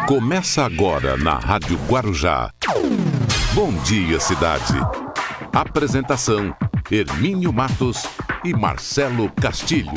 Começa agora na Rádio Guarujá. Bom dia, cidade. Apresentação: Hermínio Matos e Marcelo Castilho.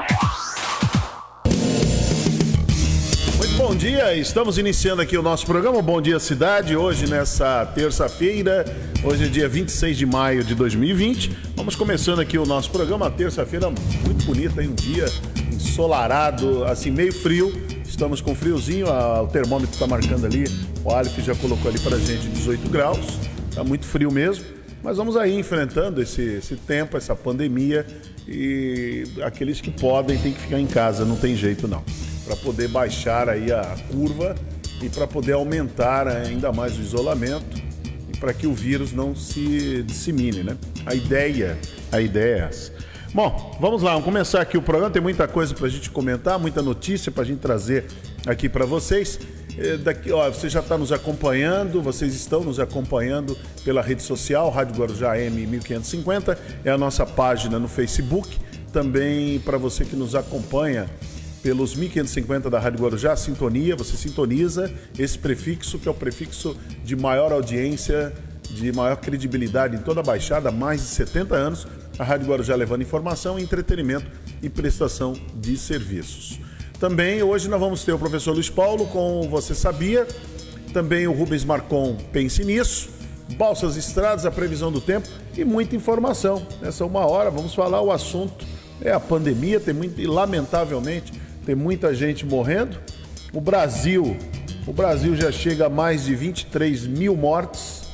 Muito bom dia, estamos iniciando aqui o nosso programa Bom Dia Cidade, hoje nessa terça-feira, hoje é dia 26 de maio de 2020. Vamos começando aqui o nosso programa, terça-feira muito bonita, hein? Um dia ensolarado, assim, meio frio. Estamos com friozinho, o termômetro está marcando ali, o Aleph já colocou ali pra gente 18 graus, tá muito frio mesmo, mas vamos aí enfrentando esse tempo, essa pandemia, e aqueles que podem têm que ficar em casa, não tem jeito não, para poder baixar aí a curva e para poder aumentar ainda mais o isolamento e para que o vírus não se dissemine, né? A ideia é essa. Bom, vamos lá, vamos começar aqui o programa, tem muita coisa pra gente comentar, muita notícia pra gente trazer aqui pra vocês. Daqui, ó, você já está nos acompanhando, vocês estão nos acompanhando pela rede social, Rádio Guarujá AM 1550, é a nossa página no Facebook. Também para você que nos acompanha pelos 1550 da Rádio Guarujá, sintonia, você sintoniza esse prefixo, que é o prefixo de maior audiência, de maior credibilidade em toda a Baixada, há mais de 70 anos. A Rádio Guarujá levando informação, entretenimento e prestação de serviços. Também hoje nós vamos ter o professor Luiz Paulo com Você Sabia, também o Rubens Marcon, Pense Nisso, Balsas Estradas, a previsão do tempo e muita informação. Nessa uma hora vamos falar, o assunto é a pandemia, e lamentavelmente tem muita gente morrendo. O Brasil já chega a mais de 23 mil mortes,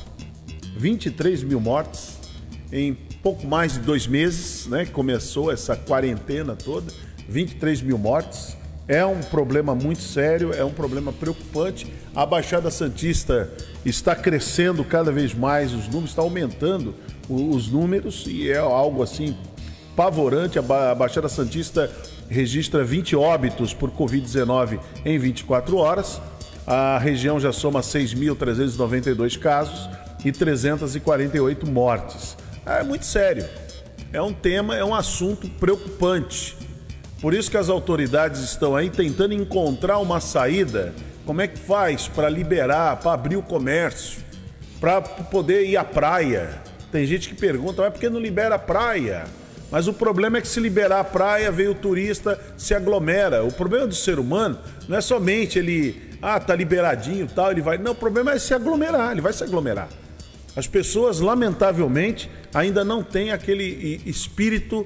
23 mil mortes em pouco mais de 2 meses, né, que começou essa quarentena toda, 23 mil mortes. É um problema muito sério, é um problema preocupante. A Baixada Santista está crescendo cada vez mais, os números, está aumentando os números e é algo assim pavorante. A Baixada Santista registra 20 óbitos por Covid-19 em 24 horas. A região já soma 6.392 casos e 348 mortes. É muito sério, é um tema, é um assunto preocupante. Por isso que as autoridades estão aí tentando encontrar uma saída. Como é que faz para liberar, para abrir o comércio, para poder ir à praia? Tem gente que pergunta, mas por que não libera a praia? Mas o problema é que se liberar a praia, vem o turista, se aglomera. O problema do ser humano não é somente ele, tá liberadinho e tal, ele vai... Não, o problema é se aglomerar, ele vai se aglomerar. As pessoas, lamentavelmente, ainda não têm aquele espírito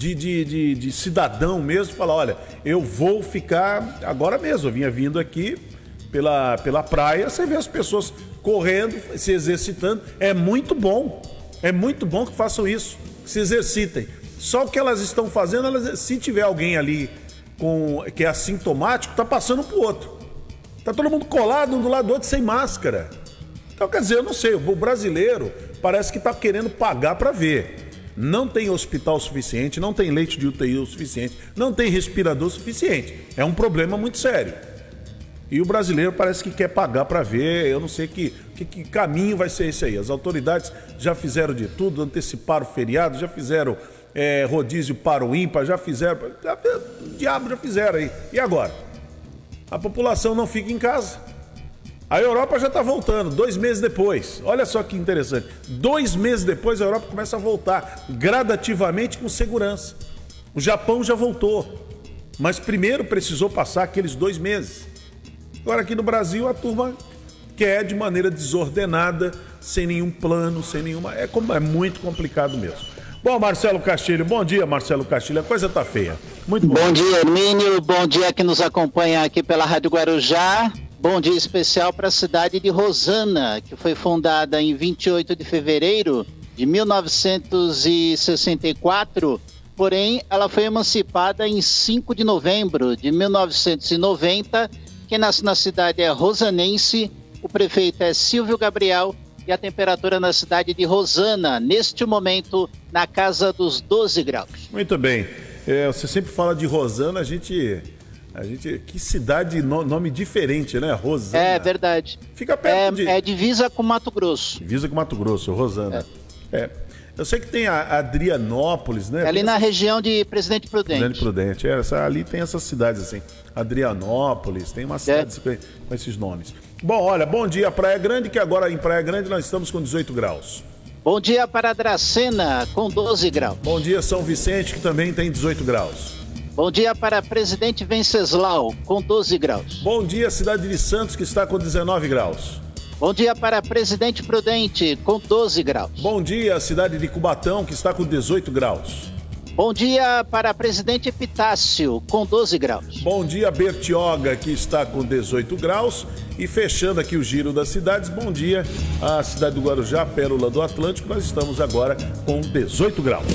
de cidadão mesmo, falar, olha, eu vou ficar agora mesmo, eu vinha vindo aqui pela praia, você vê as pessoas correndo, se exercitando, é muito bom que façam isso, que se exercitem. Só o que elas estão fazendo, se tiver alguém ali que é assintomático, tá passando pro outro. Tá todo mundo colado um do lado do outro sem máscara. Então, quer dizer, eu não sei, o brasileiro parece que está querendo pagar para ver. Não tem hospital suficiente, não tem leite de UTI o suficiente, não tem respirador suficiente. É um problema muito sério. E o brasileiro parece que quer pagar para ver, eu não sei que caminho vai ser esse aí. As autoridades já fizeram de tudo, anteciparam o feriado, já fizeram rodízio para o ímpar, já fizeram... Diabo, já fizeram aí. E agora? A população não fica em casa. A Europa já está voltando, 2 meses depois. Olha só que interessante. 2 meses depois a Europa começa a voltar gradativamente com segurança. O Japão já voltou, mas primeiro precisou passar aqueles 2 meses. Agora aqui no Brasil a turma quer de maneira desordenada, sem nenhum plano, sem nenhuma... É muito complicado mesmo. Bom, Marcelo Castilho, bom dia, Marcelo Castilho. A coisa tá feia. Muito bom. Bom dia, Hermínio. Bom dia que nos acompanha aqui pela Rádio Guarujá. Bom dia especial para a cidade de Rosana, que foi fundada em 28 de fevereiro de 1964, porém ela foi emancipada em 5 de novembro de 1990. Quem nasce na cidade é rosanense, o prefeito é Silvio Gabriel e a temperatura na cidade de Rosana, neste momento, na casa dos 12 graus. Muito bem. Você sempre fala de Rosana, a gente... Que cidade, nome diferente, né? Rosana. É verdade. Fica perto É divisa com Mato Grosso. Divisa com Mato Grosso, Rosana. Eu sei que tem a Adrianópolis, né? É ali na região de Presidente Prudente. Presidente Prudente, ali tem essas cidades assim. Adrianópolis, tem umas cidades com esses nomes. Bom, olha, bom dia Praia Grande, que agora em Praia Grande nós estamos com 18 graus. Bom dia para Dracena, com 12 graus. Bom dia São Vicente, que também tem 18 graus. Bom dia para Presidente Venceslau, com 12 graus. Bom dia Cidade de Santos, que está com 19 graus. Bom dia para Presidente Prudente, com 12 graus. Bom dia cidade de Cubatão, que está com 18 graus. Bom dia para Presidente Epitácio, com 12 graus. Bom dia Bertioga, que está com 18 graus. E fechando aqui o giro das cidades, bom dia à cidade do Guarujá, Pérola do Atlântico. Nós estamos agora com 18 graus.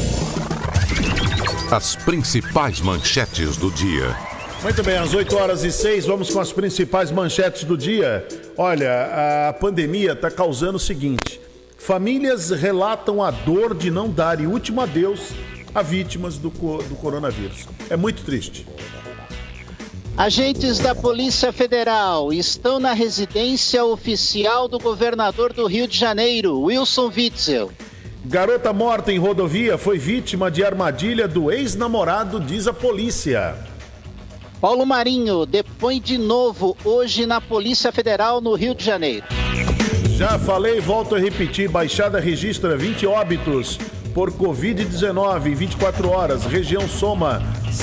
As principais manchetes do dia. Muito bem, às 8h06, vamos com as principais manchetes do dia. Olha, a pandemia está causando o seguinte: famílias relatam a dor de não darem último adeus a vítimas do coronavírus. É muito triste. Agentes da Polícia Federal estão na residência oficial do governador do Rio de Janeiro, Wilson Witzel. Garota morta em rodovia foi vítima de armadilha do ex-namorado, diz a polícia. Paulo Marinho depõe de novo hoje na Polícia Federal no Rio de Janeiro. Já falei, volto a repetir, Baixada registra 20 óbitos por Covid-19 em 24 horas. Região soma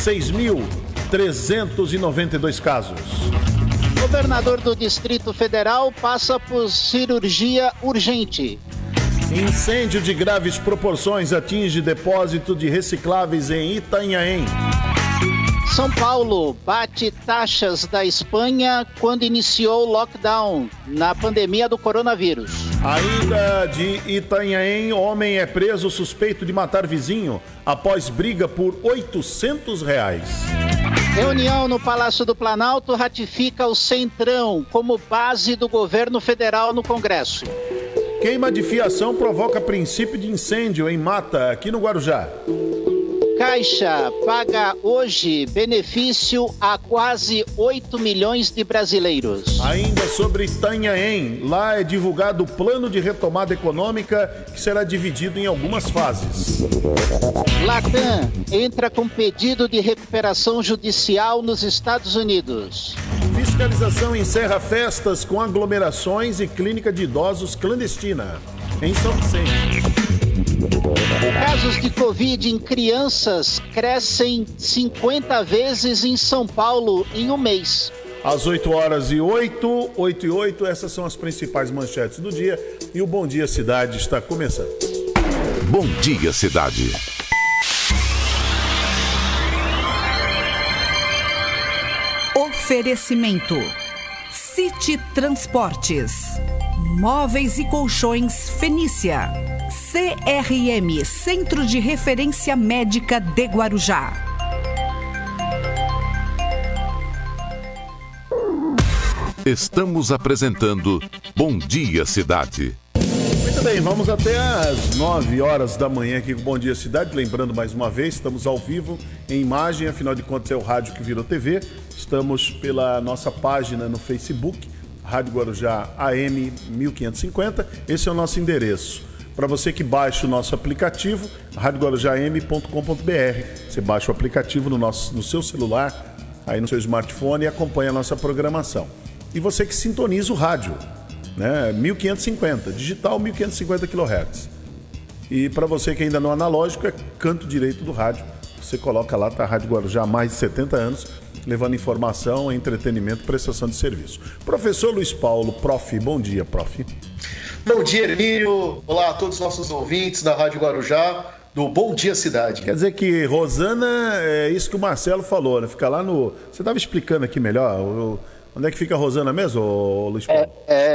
6.392 casos. Governador do Distrito Federal passa por cirurgia urgente. Incêndio de graves proporções atinge depósito de recicláveis em Itanhaém. São Paulo bate taxas da Espanha quando iniciou o lockdown na pandemia do coronavírus. Ainda de Itanhaém, homem é preso suspeito de matar vizinho após briga por R$800. Reunião no Palácio do Planalto ratifica o Centrão como base do governo federal no Congresso. Queima de fiação provoca princípio de incêndio em mata aqui no Guarujá. Caixa paga hoje benefício a quase 8 milhões de brasileiros. Ainda sobre Itanhaém, lá é divulgado o plano de retomada econômica que será dividido em algumas fases. Latam entra com pedido de recuperação judicial nos Estados Unidos. Fiscalização encerra festas com aglomerações e clínica de idosos clandestina em São Vicente. Casos de Covid em crianças crescem 50 vezes em São Paulo em um mês. Às 8h08, 8h08, essas são as principais manchetes do dia e o Bom Dia Cidade está começando. Bom Dia Cidade. Oferecimento: City Transportes, Móveis e Colchões Fenícia, CRM, Centro de Referência Médica de Guarujá. Estamos apresentando Bom Dia Cidade. Muito bem, vamos até às 9h da manhã aqui com Bom Dia Cidade. Lembrando mais uma vez, estamos ao vivo em imagem, afinal de contas é o rádio que virou TV. Estamos pela nossa página no Facebook, Rádio Guarujá AM 1550. Esse é o nosso endereço. Para você que baixa o nosso aplicativo, radioguarujam.com.br. Você baixa o aplicativo no seu celular, aí no seu smartphone e acompanha a nossa programação. E você que sintoniza o rádio, né? 1550, digital 1550 kHz. E para você que ainda não é analógico, é canto direito do rádio. Você coloca lá, tá a Rádio Guarujá há mais de 70 anos, levando informação, entretenimento, prestação de serviço. Professor Luiz Paulo, prof, bom dia, prof. Bom dia, Hermínio. Olá a todos os nossos ouvintes da Rádio Guarujá, do Bom Dia Cidade. Quer dizer que Rosana é isso que o Marcelo falou, né? Fica lá no... Você estava explicando aqui melhor. Onde é que fica a Rosana mesmo, Luiz Paulo?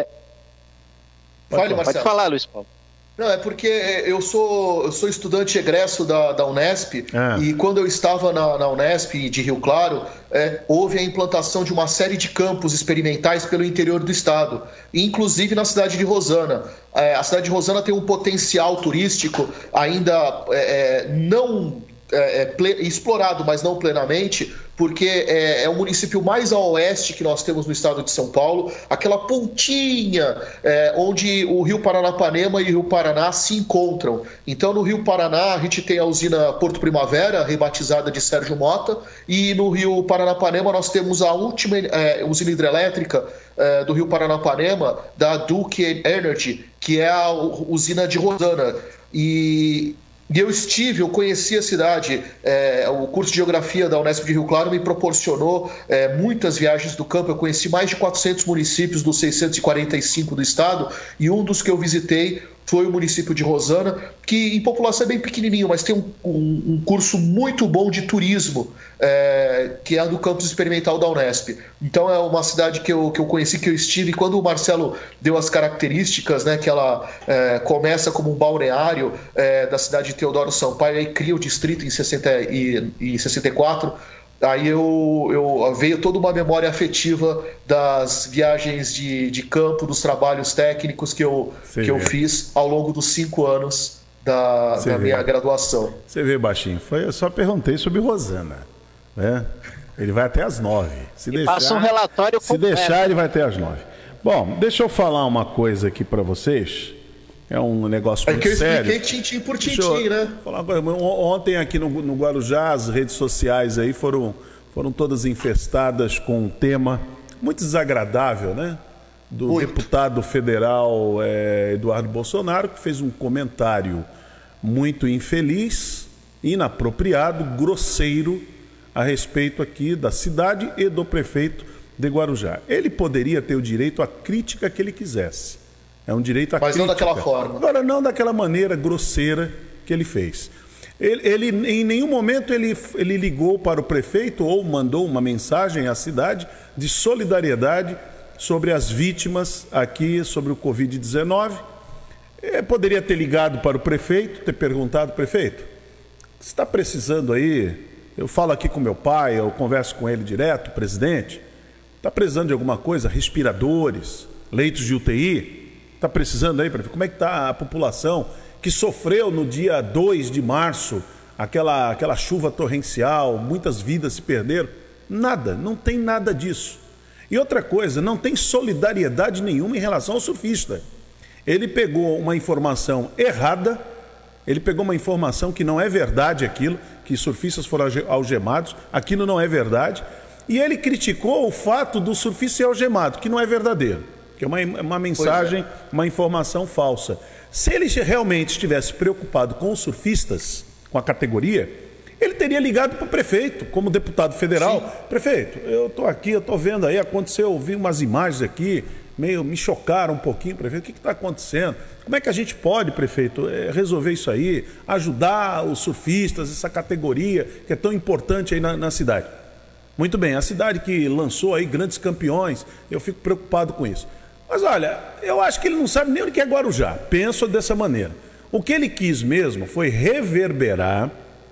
Fale, Marcelo. Pode falar, Luiz Paulo. Não, é porque eu sou estudante egresso da Unesp e quando eu estava na Unesp de Rio Claro, houve a implantação de uma série de campos experimentais pelo interior do estado, inclusive na cidade de Rosana. A cidade de Rosana tem um potencial turístico ainda não explorado, mas não plenamente, porque é o município mais a oeste que nós temos no estado de São Paulo, aquela pontinha onde o Rio Paranapanema e o Rio Paraná se encontram. Então, no Rio Paraná, a gente tem a usina Porto Primavera, rebatizada de Sérgio Mota, e no Rio Paranapanema nós temos a última usina hidrelétrica do Rio Paranapanema, da Duke Energy, que é a usina de Rosana. E eu conheci a cidade, o curso de Geografia da Unesp de Rio Claro me proporcionou muitas viagens do campo. Eu conheci mais de 400 municípios dos 645 do estado, e um dos que eu visitei foi o município de Rosana, que em população é bem pequenininho, mas tem um curso muito bom de turismo, que é do campus experimental da Unesp. Então é uma cidade que eu conheci, que eu estive, e quando o Marcelo deu as características, né, que ela começa como um balneário da cidade de Teodoro Sampaio, e cria o distrito em 64, aí veio toda uma memória afetiva das viagens de campo, dos trabalhos técnicos que eu fiz ao longo dos 5 anos da minha graduação. Você vê, Baixinho, eu só perguntei sobre Rosana, né? Ele vai até às 9. Passa um relatório completo. Se deixar, ele vai até às 9. Bom, deixa eu falar uma coisa aqui para vocês. É um negócio muito sério. Que eu expliquei tintim por tintim, né? Falar uma coisa. Ontem aqui no Guarujá, as redes sociais aí foram todas infestadas com um tema muito desagradável, né? Do deputado federal Eduardo Bolsonaro, que fez um comentário muito infeliz, inapropriado, grosseiro a respeito aqui da cidade e do prefeito de Guarujá. Ele poderia ter o direito à crítica que ele quisesse. É um direito à crítica. Mas não daquela forma. Agora, não daquela maneira grosseira que ele fez. Ele em nenhum momento ele ligou para o prefeito ou mandou uma mensagem à cidade de solidariedade sobre as vítimas aqui, sobre o Covid-19. Poderia ter ligado para o prefeito, ter perguntado: prefeito, você está precisando aí? Eu falo aqui com meu pai, eu converso com ele direto, presidente. Está precisando de alguma coisa? Respiradores, leitos de UTI? Está precisando aí, prefeito? Como é que está a população que sofreu no dia 2 de março aquela chuva torrencial, muitas vidas se perderam? Nada, não tem nada disso. E outra coisa, não tem solidariedade nenhuma em relação ao surfista. Ele pegou uma informação errada, ele pegou uma informação que não é verdade aquilo, que surfistas foram algemados, aquilo não é verdade, e ele criticou o fato do surfista ser algemado, que não é verdadeiro, que é uma mensagem, uma informação falsa. Se ele realmente estivesse preocupado com os surfistas, com a categoria, ele teria ligado para o prefeito, como deputado federal. Sim. Prefeito, eu estou aqui, eu estou vendo aí, aconteceu, eu vi umas imagens aqui, me chocaram um pouquinho, prefeito, o que está acontecendo? Como é que a gente pode, prefeito, resolver isso aí, ajudar os surfistas, essa categoria que é tão importante aí na cidade? Muito bem, a cidade que lançou aí grandes campeões, eu fico preocupado com isso. Mas olha, eu acho que ele não sabe nem o que é Guarujá, penso dessa maneira. O que ele quis mesmo foi reverberar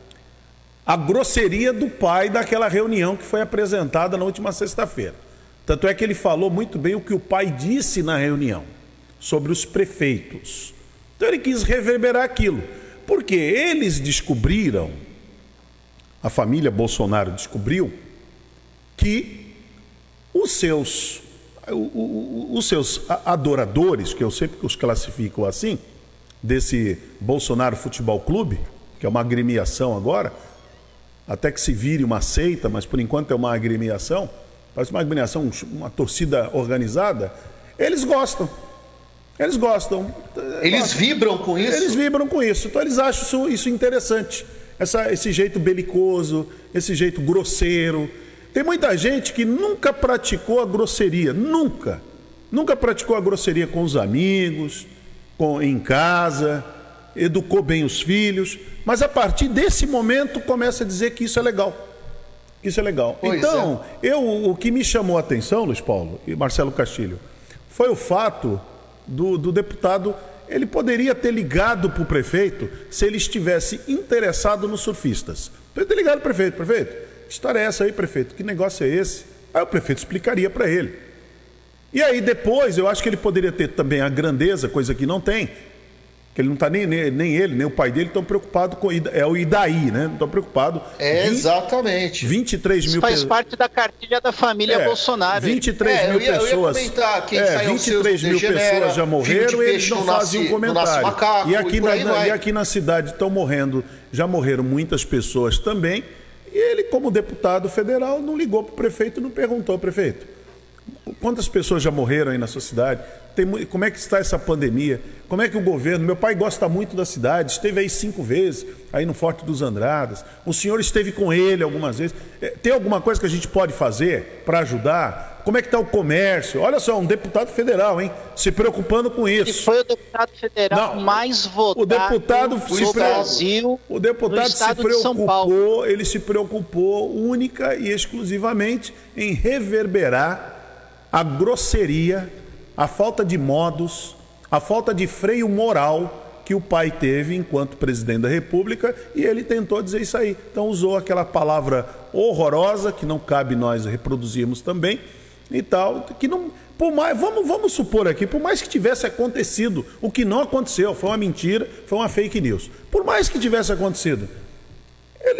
a grosseria do pai daquela reunião que foi apresentada na última sexta-feira. Tanto é que ele falou muito bem o que o pai disse na reunião sobre os prefeitos. Então ele quis reverberar aquilo, porque eles descobriram, a família Bolsonaro descobriu, que os seus adoradores, que eu sempre os classifico assim, desse Bolsonaro Futebol Clube, que é uma agremiação agora, até que se vire uma seita, mas por enquanto é uma agremiação, parece uma agremiação, uma torcida organizada, eles gostam. Eles gostam. Eles vibram com isso? Eles vibram com isso. Então eles acham isso interessante. Esse jeito belicoso, esse jeito grosseiro. Tem muita gente que nunca praticou a grosseria, nunca praticou a grosseria com os amigos, em casa, educou bem os filhos, mas a partir desse momento começa a dizer que isso é legal. Isso é legal. Pois então, o que me chamou a atenção, Luiz Paulo e Marcelo Castilho, foi o fato do deputado, ele poderia ter ligado para o prefeito se ele estivesse interessado nos surfistas. Então ele ter ligado para o prefeito: prefeito, que história é essa aí, prefeito? Que negócio é esse? Aí o prefeito explicaria para ele. E aí depois, eu acho que ele poderia ter também a grandeza, coisa que não tem, que ele não está nem ele, nem o pai dele estão preocupados com o Idaí, né? Não estão preocupados. Exatamente. 23 mil pessoas. Faz parte da cartilha da família Bolsonaro. 23 mil pessoas. 23 mil pessoas já morreram e eles não fazem um comentário. Macaco, e aqui na cidade estão morrendo, já morreram muitas pessoas também. E ele, como deputado federal, não ligou para o prefeito e não perguntou, prefeito, quantas pessoas já morreram aí na sua cidade? Como é que está essa pandemia? Como é que o governo... Meu pai gosta muito da cidade, esteve aí 5 vezes, aí no Forte dos Andradas. O senhor esteve com ele algumas vezes. Tem alguma coisa que a gente pode fazer para ajudar? Como é que está o comércio? Olha só, um deputado federal, hein? Se preocupando com isso. E foi o deputado federal mais votado do Brasil, o deputado se preocupou, ele se preocupou única e exclusivamente em reverberar a grosseria, a falta de modos, a falta de freio moral que o pai teve enquanto presidente da República, e ele tentou dizer isso aí. Então usou aquela palavra horrorosa, que não cabe nós reproduzirmos também, e tal, que não... Por mais, vamos supor aqui, por mais que tivesse acontecido, o que não aconteceu, foi uma mentira, foi uma fake news. Por mais que tivesse acontecido, ele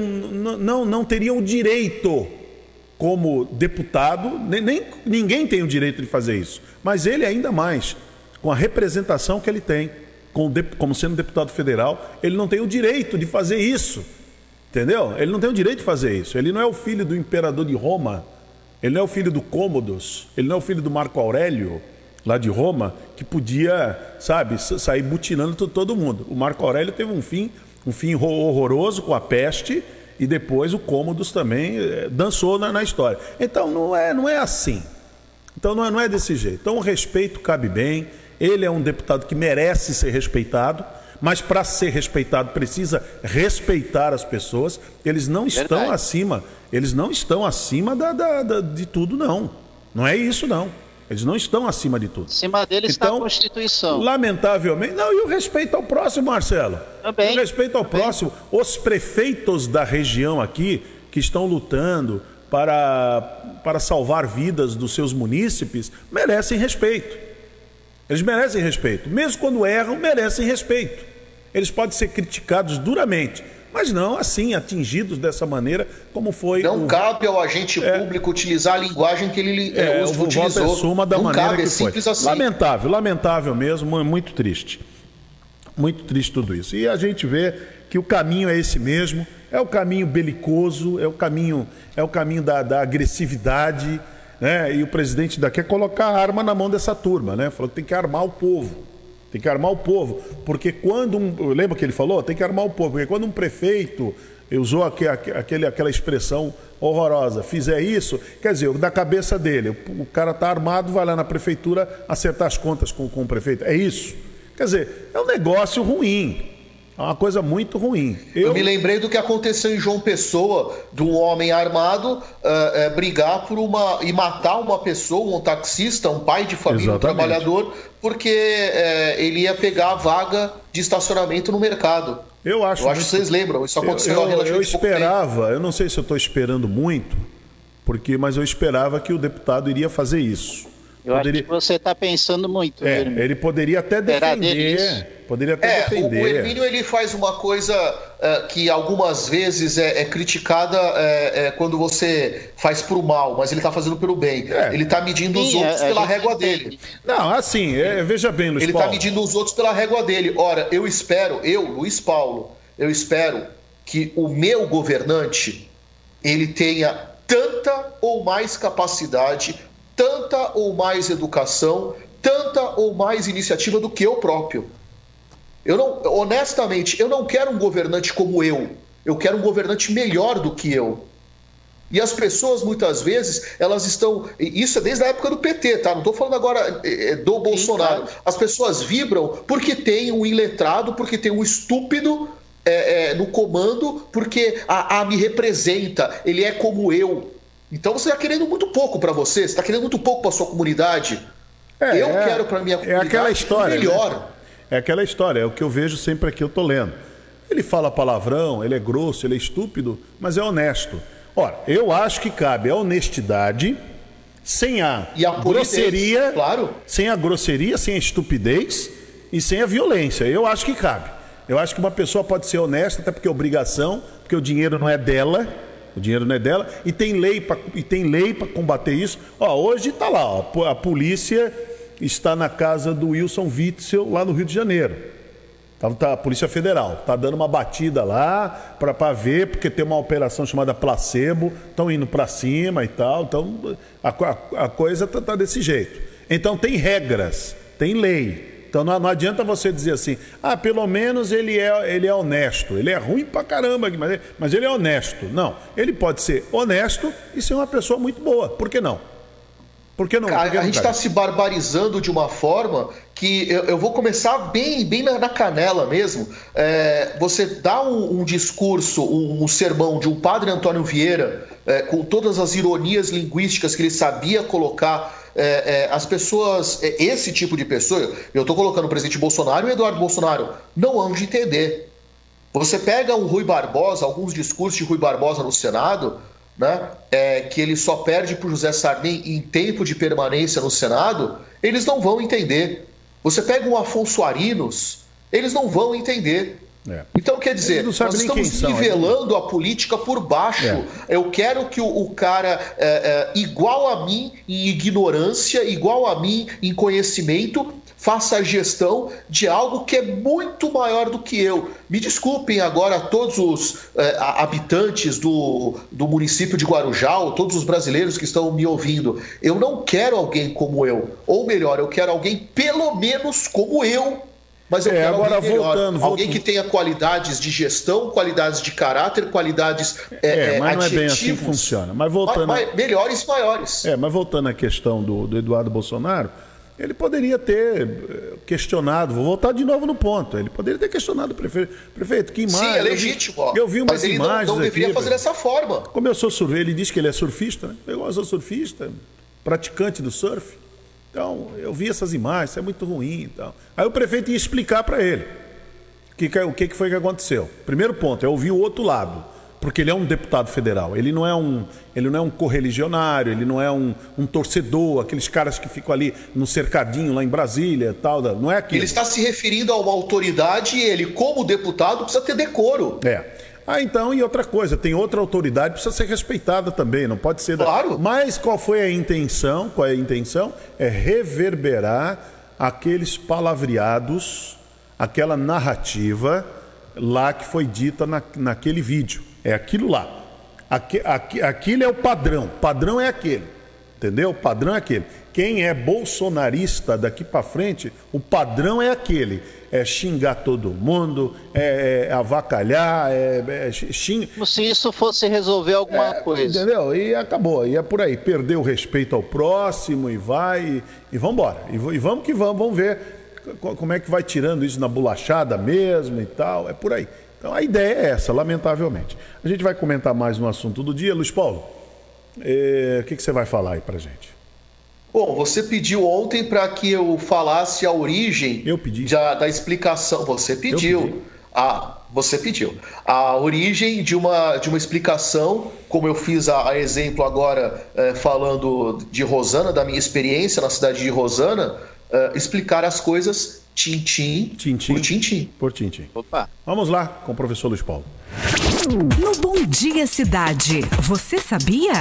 não teria o direito, como deputado, ninguém tem o direito de fazer isso, mas ele ainda mais, com a representação que ele tem, como sendo deputado federal, ele não tem o direito de fazer isso, entendeu? Ele não tem o direito de fazer isso, ele não é o filho do imperador de Roma, ele não é o filho do Cômodos, ele não é o filho do Marco Aurélio, lá de Roma, que podia, sair mutilando todo mundo. O Marco Aurélio teve um fim horroroso com a peste, e depois o Cômodos também dançou na história. Então não é assim. Então não é desse jeito. Então o respeito cabe bem. Ele é um deputado que merece ser respeitado, mas para ser respeitado precisa respeitar as pessoas. Eles não estão acima. Eles não estão acima de tudo, não. Não é isso, não. Eles não estão acima de tudo. Acima deles está a Constituição. Lamentavelmente... Não, e o respeito ao próximo, Marcelo? Também. O respeito ao próximo. Os prefeitos da região aqui, que estão lutando para salvar vidas dos seus munícipes, merecem respeito. Eles merecem respeito. Mesmo quando erram, merecem respeito. Eles podem ser criticados duramente, mas não assim, atingidos dessa maneira, como foi... Não cabe ao agente público utilizar a linguagem que ele utilizou. Voto é suma da maneira que foi. Simples assim. Lamentável mesmo, muito triste. Muito triste tudo isso. E a gente vê que o caminho é esse mesmo, é o caminho belicoso, é o caminho da agressividade, né? E o presidente ainda quer colocar a arma na mão dessa turma, né? Falou que tem que armar o povo. Tem que armar o povo, porque lembra que ele falou? Tem que armar o povo, porque quando um prefeito usou aquela expressão horrorosa, fizer isso, quer dizer, da cabeça dele, o cara está armado, vai lá na prefeitura acertar as contas com o prefeito, é isso. Quer dizer, é um negócio ruim, é uma coisa muito ruim. Eu me lembrei do que aconteceu em João Pessoa, de um homem armado brigar e matar uma pessoa, um taxista, um pai de família, um trabalhador, porque ele ia pegar a vaga de estacionamento no mercado. Eu acho que vocês lembram, isso aconteceu há relativamente pouco tempo. Eu não sei se eu estou esperando muito, mas eu esperava que o deputado iria fazer isso. Acho que você está pensando muito. Ele poderia até defender. O Hermínio ele faz uma coisa que algumas vezes é criticada quando você faz pro mal, mas ele está fazendo pelo bem. Ele está medindo os outros pela régua dele. Não, assim, veja bem, Luiz Paulo. Ele está medindo os outros pela régua dele. Ora, Luiz Paulo, eu espero que o meu governante ele tenha tanta ou mais capacidade, tanta ou mais educação, tanta ou mais iniciativa do que eu próprio. Honestamente, eu não quero um governante como eu quero um governante melhor do que eu. E as pessoas, muitas vezes, elas estão... Isso é desde a época do PT, tá? Não estou falando agora do Bolsonaro. Claro. As pessoas vibram porque tem um iletrado, porque tem um estúpido no comando, porque me representa, ele é como eu. Então você está querendo muito pouco para você está querendo muito pouco para sua comunidade. Eu quero para minha comunidade aquela história, melhor. Né? É aquela história, é o que eu vejo sempre aqui, eu estou lendo. Ele fala palavrão, ele é grosso, ele é estúpido, mas é honesto. Ora, eu acho que cabe a honestidade sem a grosseria, claro. Sem a grosseria, sem a estupidez e sem a violência. Eu acho que cabe. Eu acho que uma pessoa pode ser honesta, até porque é obrigação, porque o dinheiro não é dela. O dinheiro não é dela. E tem lei para combater isso. Hoje está lá, a polícia está na casa do Wilson Witzel, lá no Rio de Janeiro. A Polícia Federal está dando uma batida lá para ver, porque tem uma operação chamada placebo, estão indo para cima e tal. Então a coisa está desse jeito. Então tem regras, tem lei. Então não adianta você dizer assim, pelo menos ele é honesto. Ele é ruim pra caramba, mas ele é honesto. Não, ele pode ser honesto e ser uma pessoa muito boa. Por que não? Por que não? A gente está se barbarizando de uma forma que eu vou começar bem na canela mesmo. Você dá um discurso, um sermão de um padre Antônio Vieira, com todas as ironias linguísticas que ele sabia colocar. As pessoas, esse tipo de pessoa, eu estou colocando o presidente Bolsonaro e o Eduardo Bolsonaro, não hão de entender. Você pega o Rui Barbosa, alguns discursos de Rui Barbosa no Senado, né, que ele só perde para o José Sarney em tempo de permanência no Senado, eles não vão entender. Você pega o Afonso Arinos, eles não vão entender. Então, quer dizer, nós estamos nivelando a política por baixo. Eu quero que o cara, igual a mim em ignorância, igual a mim em conhecimento, faça a gestão de algo que é muito maior do que eu. Me desculpem agora todos os habitantes do município de Guarujá, ou todos os brasileiros que estão me ouvindo. Eu não quero alguém como eu. Ou melhor, eu quero alguém pelo menos como eu. Mas eu quero agora alguém melhor, alguém que tenha qualidades de gestão, qualidades de caráter, qualidades mas não é bem assim que funciona. Mas voltando, melhores e maiores. Mas voltando à questão do Eduardo Bolsonaro, ele poderia ter questionado, vou voltar de novo no ponto, ele poderia ter questionado o prefeito, que imagem... Sim, é legítimo. Eu vi umas imagens não deveria aqui, fazer dessa forma. Como eu sou surfista, ele diz que ele é surfista, né? Eu sou surfista, praticante do surf. Então, eu vi essas imagens, isso é muito ruim e tal. Aí o prefeito ia explicar para ele o que foi que aconteceu. Primeiro ponto, eu ouvi o outro lado, porque ele é um deputado federal, ele não é um correligionário, ele não é um torcedor, aqueles caras que ficam ali no cercadinho lá em Brasília e tal, não é aquilo. Ele está se referindo a uma autoridade e ele, como deputado, precisa ter decoro. Então, e outra coisa, tem outra autoridade, precisa ser respeitada também, não pode ser... Claro. Mas qual foi a intenção? Qual é a intenção? É reverberar aqueles palavreados, aquela narrativa lá que foi dita naquele vídeo. É aquilo lá. Aquilo é o padrão. O padrão é aquele. Entendeu? O padrão é aquele. Quem é bolsonarista daqui para frente, o padrão é aquele. É xingar todo mundo, avacalhar, xingar. Como se isso fosse resolver alguma coisa. Entendeu? E acabou. E é por aí. Perdeu o respeito ao próximo e vai. E vamos embora. E vamos que vamos. Vamos ver como é que vai tirando isso na bolachada mesmo e tal. É por aí. Então a ideia é essa, lamentavelmente. A gente vai comentar mais no assunto do dia. Luiz Paulo, o que você vai falar aí pra gente? Bom, você pediu ontem para que eu falasse a origem da explicação. Você pediu. Você pediu. A origem de uma explicação, como eu fiz a exemplo agora, falando de Rosana, da minha experiência na cidade de Rosana, explicar as coisas tintim por tintim. Por tintim. Opa. Vamos lá com o professor Luiz Paulo. No Bom Dia Cidade, você sabia?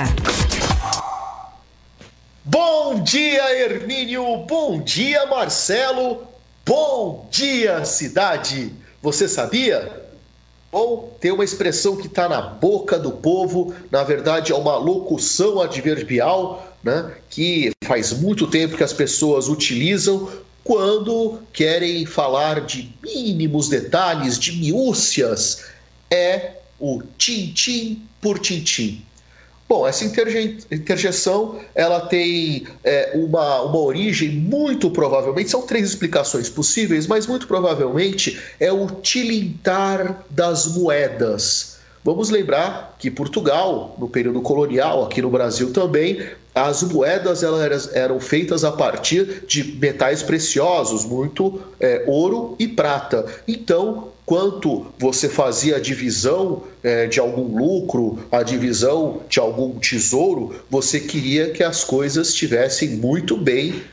Bom dia, Hermínio! Bom dia, Marcelo! Bom dia, cidade! Você sabia? Bom, tem uma expressão que está na boca do povo, na verdade é uma locução adverbial, né, que faz muito tempo que as pessoas utilizam quando querem falar de mínimos detalhes, de miúcias, é o tintim por tintim. Bom, essa interjeição ela tem uma origem, muito provavelmente, são 3 explicações possíveis, mas muito provavelmente é o tilintar das moedas. Vamos lembrar que Portugal, no período colonial, aqui no Brasil também, as moedas elas eram feitas a partir de metais preciosos, muito ouro e prata. Então, quanto você fazia a divisão de algum lucro, a divisão de algum tesouro, você queria que as coisas estivessem muito bem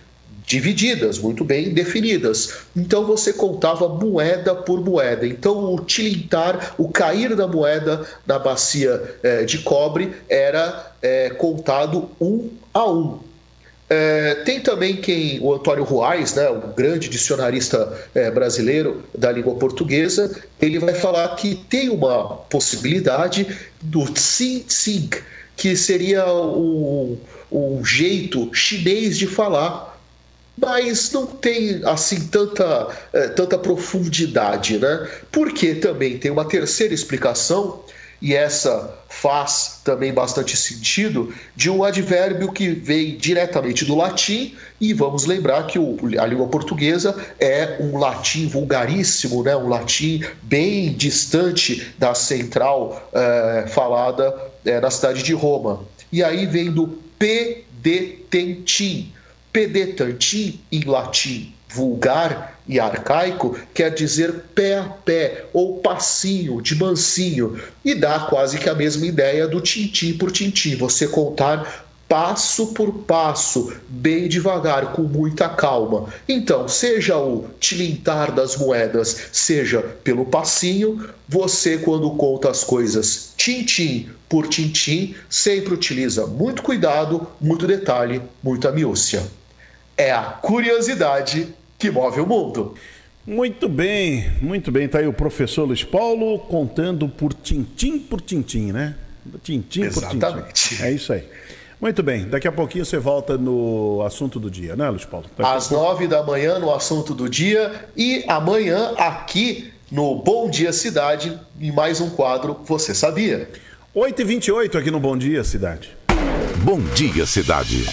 divididas, muito bem definidas. Então você contava moeda por moeda. Então o tilintar, o cair da moeda na bacia de cobre era contado 1 a 1. Tem também o Antônio Ruais, né, o grande dicionarista brasileiro da língua portuguesa, ele vai falar que tem uma possibilidade do tsin-tsin, que seria um jeito chinês de falar, mas não tem assim tanta profundidade, né? Porque também tem uma terceira explicação, e essa faz também bastante sentido, de um advérbio que vem diretamente do latim, e vamos lembrar que a língua portuguesa é um latim vulgaríssimo, né? Um latim bem distante da central falada na cidade de Roma. E aí vem do pedetentim. Pedetentim, em latim vulgar e arcaico, quer dizer pé a pé ou passinho, de mansinho, e dá quase que a mesma ideia do tintim por tintim, você contar passo por passo, bem devagar, com muita calma. Então, seja o tilintar das moedas, seja pelo passinho, você, quando conta as coisas tintim por tintim, sempre utiliza muito cuidado, muito detalhe, muita minúcia. É a curiosidade que move o mundo. Muito bem. Tá aí o professor Luiz Paulo contando por tintim, né? Tintim Exatamente. Por tintim. É isso aí. Muito bem, daqui a pouquinho você volta no assunto do dia, né, Luiz Paulo? Às 9 da manhã no assunto do dia, e amanhã aqui no Bom Dia Cidade, em mais um quadro Você Sabia? 8h28 aqui no Bom Dia Cidade. Bom Dia Cidade.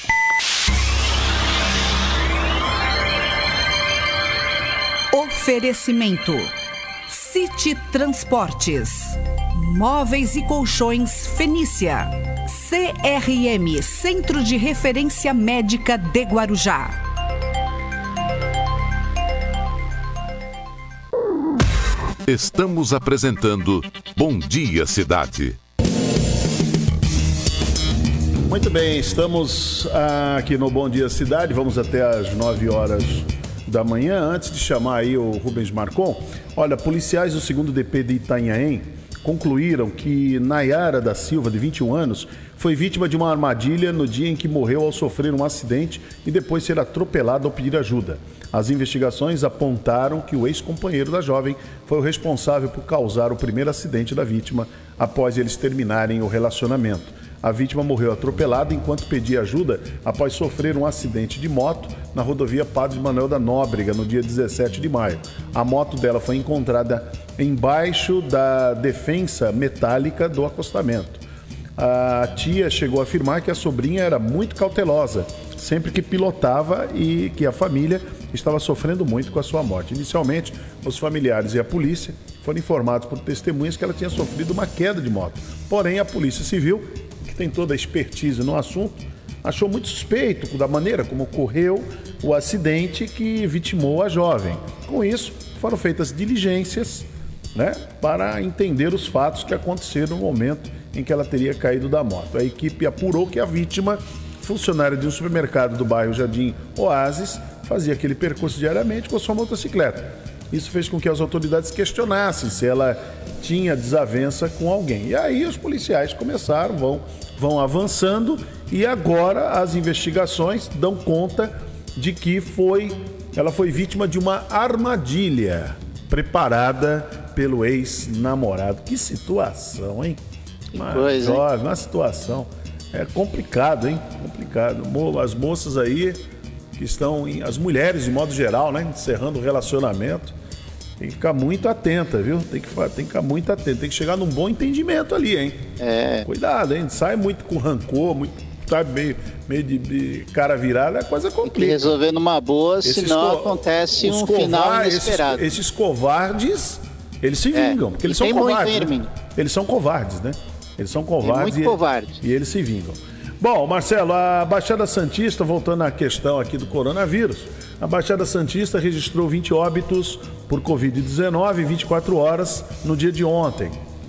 Oferecimento: City Transportes, Móveis e Colchões Fenícia, CRM, Centro de Referência Médica de Guarujá. Estamos apresentando Bom Dia Cidade. Muito bem, estamos aqui no Bom Dia Cidade, vamos até às 9 horas da manhã. Antes de chamar aí o Rubens Marcon, olha, policiais do 2º DP de Itanhaém concluíram que Nayara da Silva, de 21 anos, foi vítima de uma armadilha no dia em que morreu ao sofrer um acidente e depois ser atropelada ao pedir ajuda. As investigações apontaram que o ex-companheiro da jovem foi o responsável por causar o primeiro acidente da vítima após eles terminarem o relacionamento. A vítima morreu atropelada enquanto pedia ajuda após sofrer um acidente de moto na rodovia Padre Manuel da Nóbrega, no dia 17 de maio. A moto dela foi encontrada embaixo da defensa metálica do acostamento. A tia chegou a afirmar que a sobrinha era muito cautelosa sempre que pilotava e que a família estava sofrendo muito com a sua morte. Inicialmente, os familiares e a polícia foram informados por testemunhas que ela tinha sofrido uma queda de moto. Porém, a Polícia Civil, que tem toda a expertise no assunto, achou muito suspeito da maneira como ocorreu o acidente que vitimou a jovem. Com isso, foram feitas diligências, né, para entender os fatos que aconteceram no momento em que ela teria caído da moto. A equipe apurou que a vítima, funcionária de um supermercado do bairro Jardim Oásis, fazia aquele percurso diariamente com a sua motocicleta. Isso fez com que as autoridades questionassem se ela tinha desavença com alguém. E aí os policiais começaram, vão avançando, e agora as investigações dão conta de que ela foi vítima de uma armadilha preparada pelo ex-namorado. Que situação, hein? Uma situação. É complicado, hein? Complicado. As moças aí que estão, as mulheres de modo geral, né? Encerrando o relacionamento, tem que ficar muito atenta, viu? Tem que ficar muito atenta. Tem que chegar num bom entendimento ali, hein? Cuidado, hein? Sai muito com rancor, sabe, meio de cara virada, a coisa complica. Tem que resolver numa boa, senão acontece um final inesperado. Esses covardes, eles se vingam, porque eles são covardes. Né? Eles são covardes, né? Eles são covardes, e eles se vingam. Bom, Marcelo, a Baixada Santista, voltando à questão aqui do coronavírus, a Baixada Santista registrou 20 óbitos por Covid-19 em 24 horas no dia de ontem.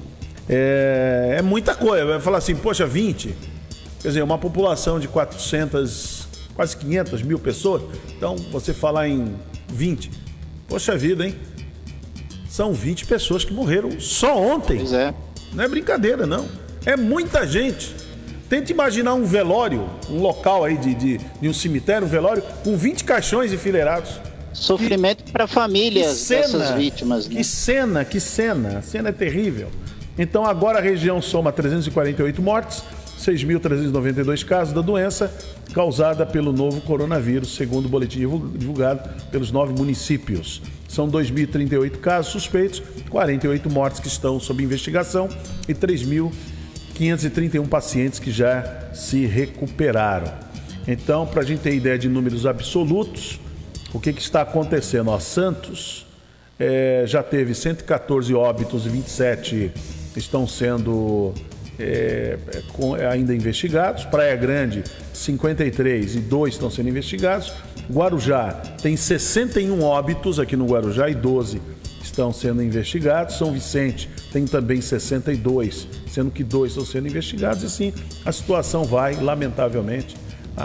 É muita coisa. Vai falar assim, poxa, 20? Quer dizer, uma população de 400 quase 500 mil pessoas. Então, você falar em 20, poxa vida, hein? São 20 pessoas que morreram só ontem. Pois é. Não é brincadeira, não. É muita gente. Tente imaginar um velório, um local aí de um cemitério, um velório, com 20 caixões enfileirados. Sofrimento para famílias dessas vítimas, né? Que cena. A cena é terrível. Então agora a região soma 348 mortes, 6.392 casos da doença causada pelo novo coronavírus, segundo o boletim divulgado pelos 9 municípios. São 2.038 casos suspeitos, 48 mortes que estão sob investigação e 3.531 pacientes que já se recuperaram. Então, para a gente ter ideia de números absolutos, o que está acontecendo? Santos já teve 114 óbitos e 27 estão sendo ainda investigados. Praia Grande, 53 e 2 estão sendo investigados. Guarujá tem 61 óbitos aqui no Guarujá e 12 estão sendo investigados. São Vicente tem também 62, sendo que 2 estão sendo investigados. E sim, a situação vai, lamentavelmente,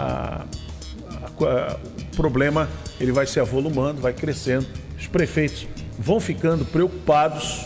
o problema ele vai se avolumando, vai crescendo. Os prefeitos vão ficando preocupados,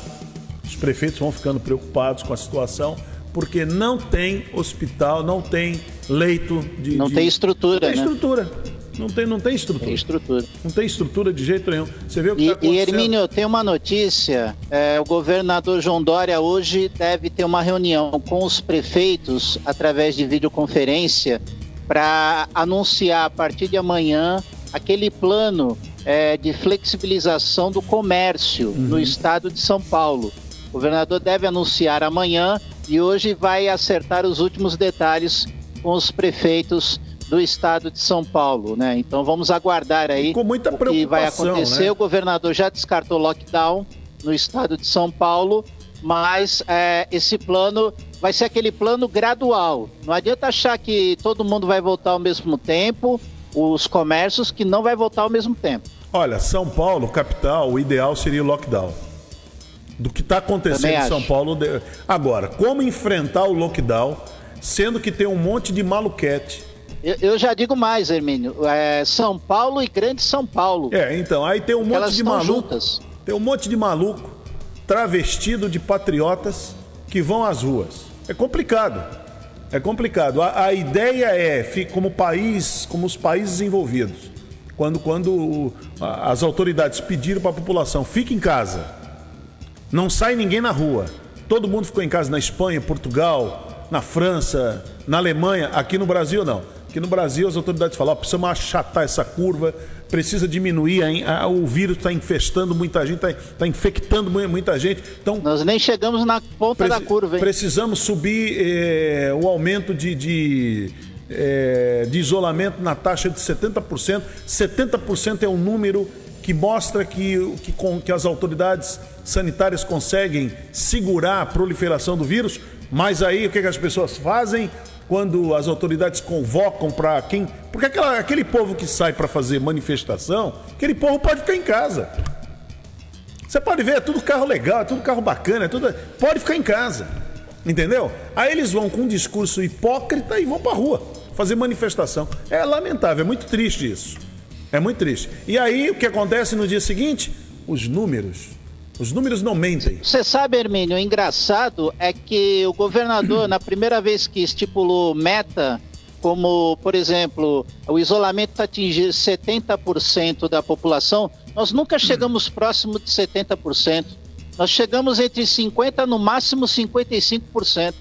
com a situação, porque não tem hospital, não tem leito Não tem estrutura, né? Não tem estrutura. Não tem estrutura de jeito nenhum. Você vê o que está acontecendo. E Hermínio, tem uma notícia. O governador João Dória hoje deve ter uma reunião com os prefeitos através de videoconferência para anunciar a partir de amanhã aquele plano de flexibilização do comércio no estado de São Paulo. O governador deve anunciar amanhã e hoje vai acertar os últimos detalhes com os prefeitos do estado de São Paulo, né? Então vamos aguardar aí com muita o que vai acontecer. Né? O governador já descartou lockdown no estado de São Paulo, mas esse plano vai ser aquele plano gradual. Não adianta achar que todo mundo vai voltar ao mesmo tempo, os comércios que não vai voltar ao mesmo tempo. Olha, São Paulo, capital, o ideal seria o lockdown. Do que está acontecendo em São Paulo. Agora, como enfrentar o lockdown, sendo que tem um monte de maluquete? Eu já digo mais, Hermínio. São Paulo e Grande São Paulo. Então, aí tem um monte Elas de estão maluco. juntas. Tem um monte de maluco travestido de patriotas que vão às ruas. É complicado. A ideia é, como os países envolvidos, quando as autoridades pediram para a população, fique em casa, não sai ninguém na rua. Todo mundo ficou em casa na Espanha, Portugal, na França, na Alemanha. Aqui no Brasil, não. Aqui no Brasil, as autoridades falam, precisamos achatar essa curva, precisa diminuir, o vírus está infestando muita gente, está infectando muita gente. Então, nós nem chegamos na ponta da curva, hein? Precisamos subir o aumento de isolamento na taxa de 70%. 70% é um número que mostra que as autoridades sanitárias conseguem segurar a proliferação do vírus, mas aí o que as pessoas fazem quando as autoridades convocam para quem... Porque aquele povo que sai para fazer manifestação, aquele povo pode ficar em casa. Você pode ver, é tudo carro legal, é tudo carro bacana, pode ficar em casa, entendeu? Aí eles vão com um discurso hipócrita e vão para a rua fazer manifestação. É lamentável, é muito triste isso. É muito triste. E aí, o que acontece no dia seguinte? Os números não mentem. Você sabe, Hermínio, o engraçado é que o governador, na primeira vez que estipulou meta, como, por exemplo, o isolamento atingir 70% da população, nós nunca chegamos próximo de 70%. Nós chegamos entre 50%, no máximo 55%.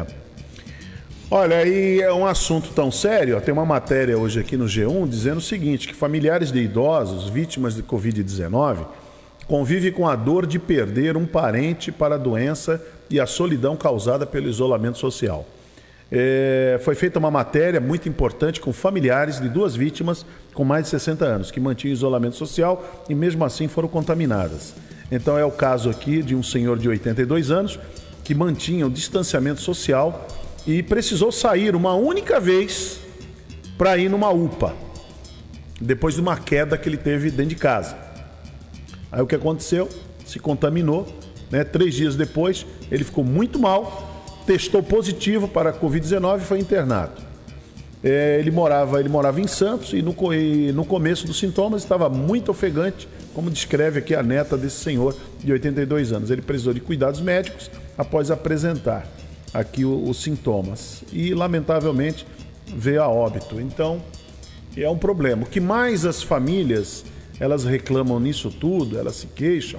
Olha, e é um assunto tão sério, tem uma matéria hoje aqui no G1 dizendo o seguinte, que familiares de idosos vítimas de Covid-19 convivem com a dor de perder um parente para a doença e a solidão causada pelo isolamento social. Foi feita uma matéria muito importante com familiares de 2 vítimas com mais de 60 anos, que mantinham isolamento social e mesmo assim foram contaminadas. Então é o caso aqui de um senhor de 82 anos que mantinha o distanciamento social e precisou sair uma única vez para ir numa UPA, depois de uma queda que ele teve dentro de casa. Aí o que aconteceu? Se contaminou, né? 3 dias depois ele ficou muito mal, testou positivo para a Covid-19 e foi internado. Ele morava em Santos e no começo dos sintomas estava muito ofegante, como descreve aqui a neta desse senhor de 82 anos. Ele precisou de cuidados médicos após apresentar aqui os sintomas e, lamentavelmente, veio a óbito. Então, é um problema. O que mais as famílias elas reclamam nisso tudo, elas se queixam,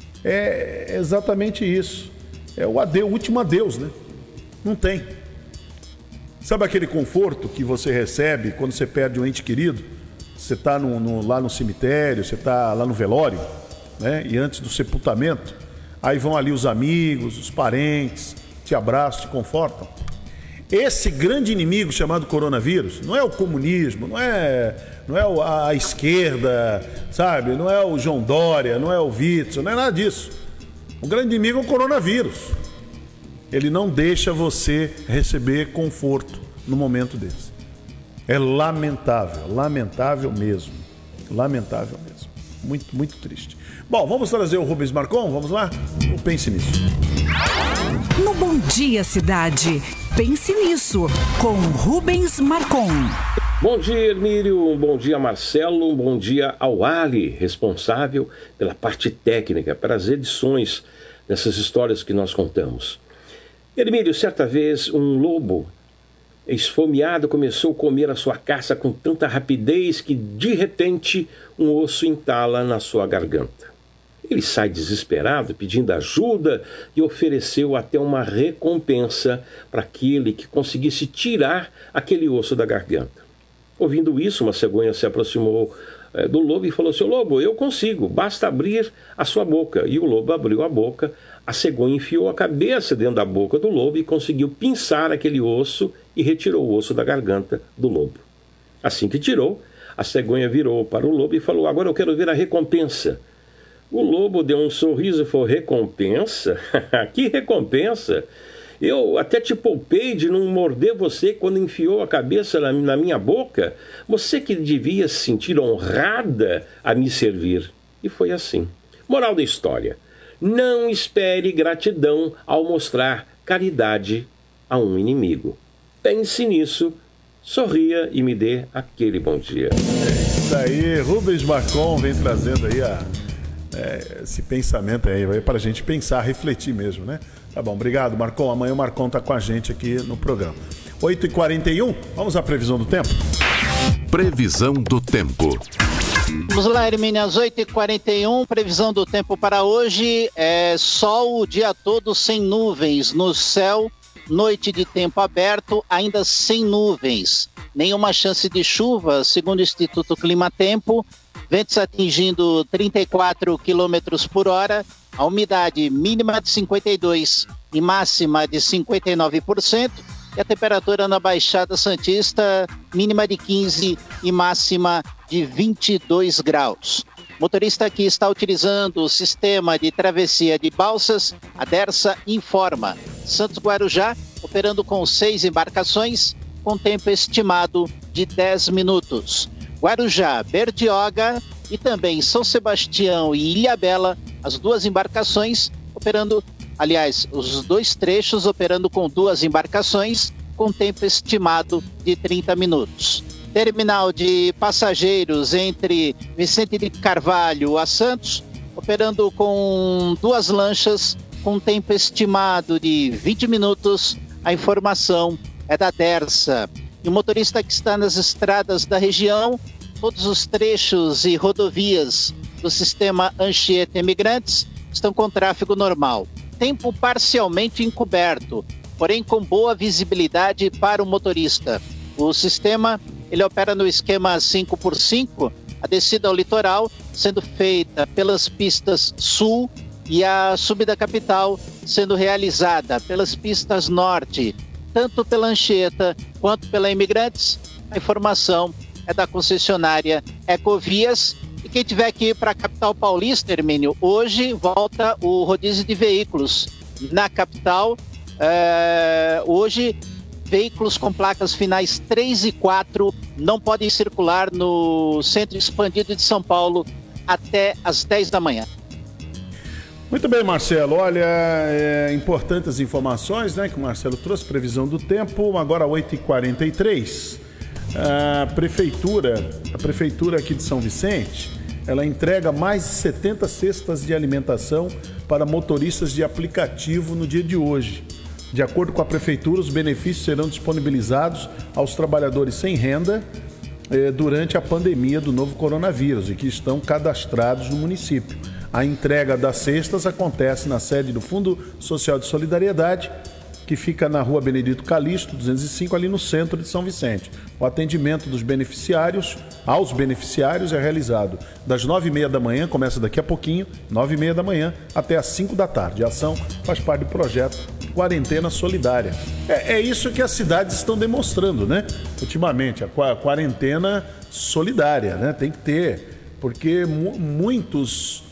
é exatamente isso. É o último adeus, né? Não tem. Sabe aquele conforto que você recebe quando você perde um ente querido? Você está lá no cemitério, você está lá no velório, né? E antes do sepultamento, aí vão ali os amigos, os parentes, te abraçam, te confortam. Esse grande inimigo chamado coronavírus não é o comunismo, não é a esquerda, sabe? Não é o João Dória, não é o Witzel, não é nada disso. O grande inimigo é o coronavírus. Ele não deixa você receber conforto no momento desse. É lamentável, lamentável mesmo. Lamentável mesmo. Muito, muito triste. Bom, vamos trazer o Rubens Marcon? Vamos lá? Pense nisso. No Bom Dia Cidade, pense nisso, com Rubens Marcon. Bom dia, Hermílio, bom dia, Marcelo, bom dia ao Ali, responsável pela parte técnica, pelas edições dessas histórias que nós contamos. Hermílio, certa vez um lobo esfomeado começou a comer a sua caça com tanta rapidez que, de repente, um osso entala na sua garganta. Ele sai desesperado, pedindo ajuda e ofereceu até uma recompensa para aquele que conseguisse tirar aquele osso da garganta. Ouvindo isso, uma cegonha se aproximou do lobo e falou: "Seu lobo, eu consigo, basta abrir a sua boca." E o lobo abriu a boca, a cegonha enfiou a cabeça dentro da boca do lobo e conseguiu pinçar aquele osso e retirou o osso da garganta do lobo. Assim que tirou, a cegonha virou para o lobo e falou: "Agora eu quero ver a recompensa." O lobo deu um sorriso e falou: "Recompensa? Que recompensa? Eu até te poupei de não morder você quando enfiou a cabeça na minha boca. Você que devia se sentir honrada a me servir." E foi assim. Moral da história: não espere gratidão ao mostrar caridade a um inimigo. Pense nisso, sorria e me dê aquele bom dia. É isso aí, Rubens Marcon vem trazendo aí esse pensamento aí para a gente pensar, refletir mesmo, né? Tá bom, obrigado, Marcon. Amanhã o Marcon tá com a gente aqui no programa. 8h41, vamos à previsão do tempo? Previsão do tempo. Vamos lá, Hermínio, às 8h41, previsão do tempo para hoje é sol o dia todo sem nuvens no céu, noite de tempo aberto, ainda sem nuvens. Nenhuma chance de chuva, segundo o Instituto Climatempo, ventos atingindo 34 km por hora, a umidade mínima de 52% e máxima de 59%, e a temperatura na Baixada Santista mínima de 15 e máxima de 22 graus. O motorista que está utilizando o sistema de travessia de balsas, a Dersa informa. Santos Guarujá, operando com 6 embarcações, com tempo estimado de 10 minutos. Guarujá, Bertioga e também São Sebastião e Ilhabela, as 2 embarcações operando, aliás, os 2 trechos operando com 2 embarcações, com tempo estimado de 30 minutos. Terminal de passageiros entre Vicente de Carvalho a Santos, operando com 2 lanchas, com tempo estimado de 20 minutos. A informação é da Dersa. E o motorista que está nas estradas da região, todos os trechos e rodovias do sistema Anchieta Imigrantes estão com tráfego normal. Tempo parcialmente encoberto, porém com boa visibilidade para o motorista. O sistema ele opera no esquema 5x5, a descida ao litoral sendo feita pelas pistas sul e a subida capital sendo realizada pelas pistas norte, tanto pela Anchieta quanto pela Imigrantes. A informação é da concessionária Ecovias. E quem tiver que ir para a capital paulista, Hermínio, hoje volta o rodízio de veículos na capital. Hoje, veículos com placas finais 3 e 4 não podem circular no centro expandido de São Paulo até às 10 da manhã. Muito bem, Marcelo. Olha, importantes informações, né, que o Marcelo trouxe, previsão do tempo. Agora 8h43. A prefeitura aqui de São Vicente, ela entrega mais de 70 cestas de alimentação para motoristas de aplicativo no dia de hoje. De acordo com a prefeitura, os benefícios serão disponibilizados aos trabalhadores sem renda durante a pandemia do novo coronavírus e que estão cadastrados no município. A entrega das cestas acontece na sede do Fundo Social de Solidariedade, que fica na Rua Benedito Calixto, 205, ali no centro de São Vicente. O atendimento aos beneficiários é realizado das 9h30 da manhã, começa daqui a pouquinho, 9h30 da manhã, até às 5 da tarde. A ação faz parte do projeto Quarentena Solidária. É isso que as cidades estão demonstrando, né? Ultimamente, a quarentena solidária, né? Tem que ter, porque muitos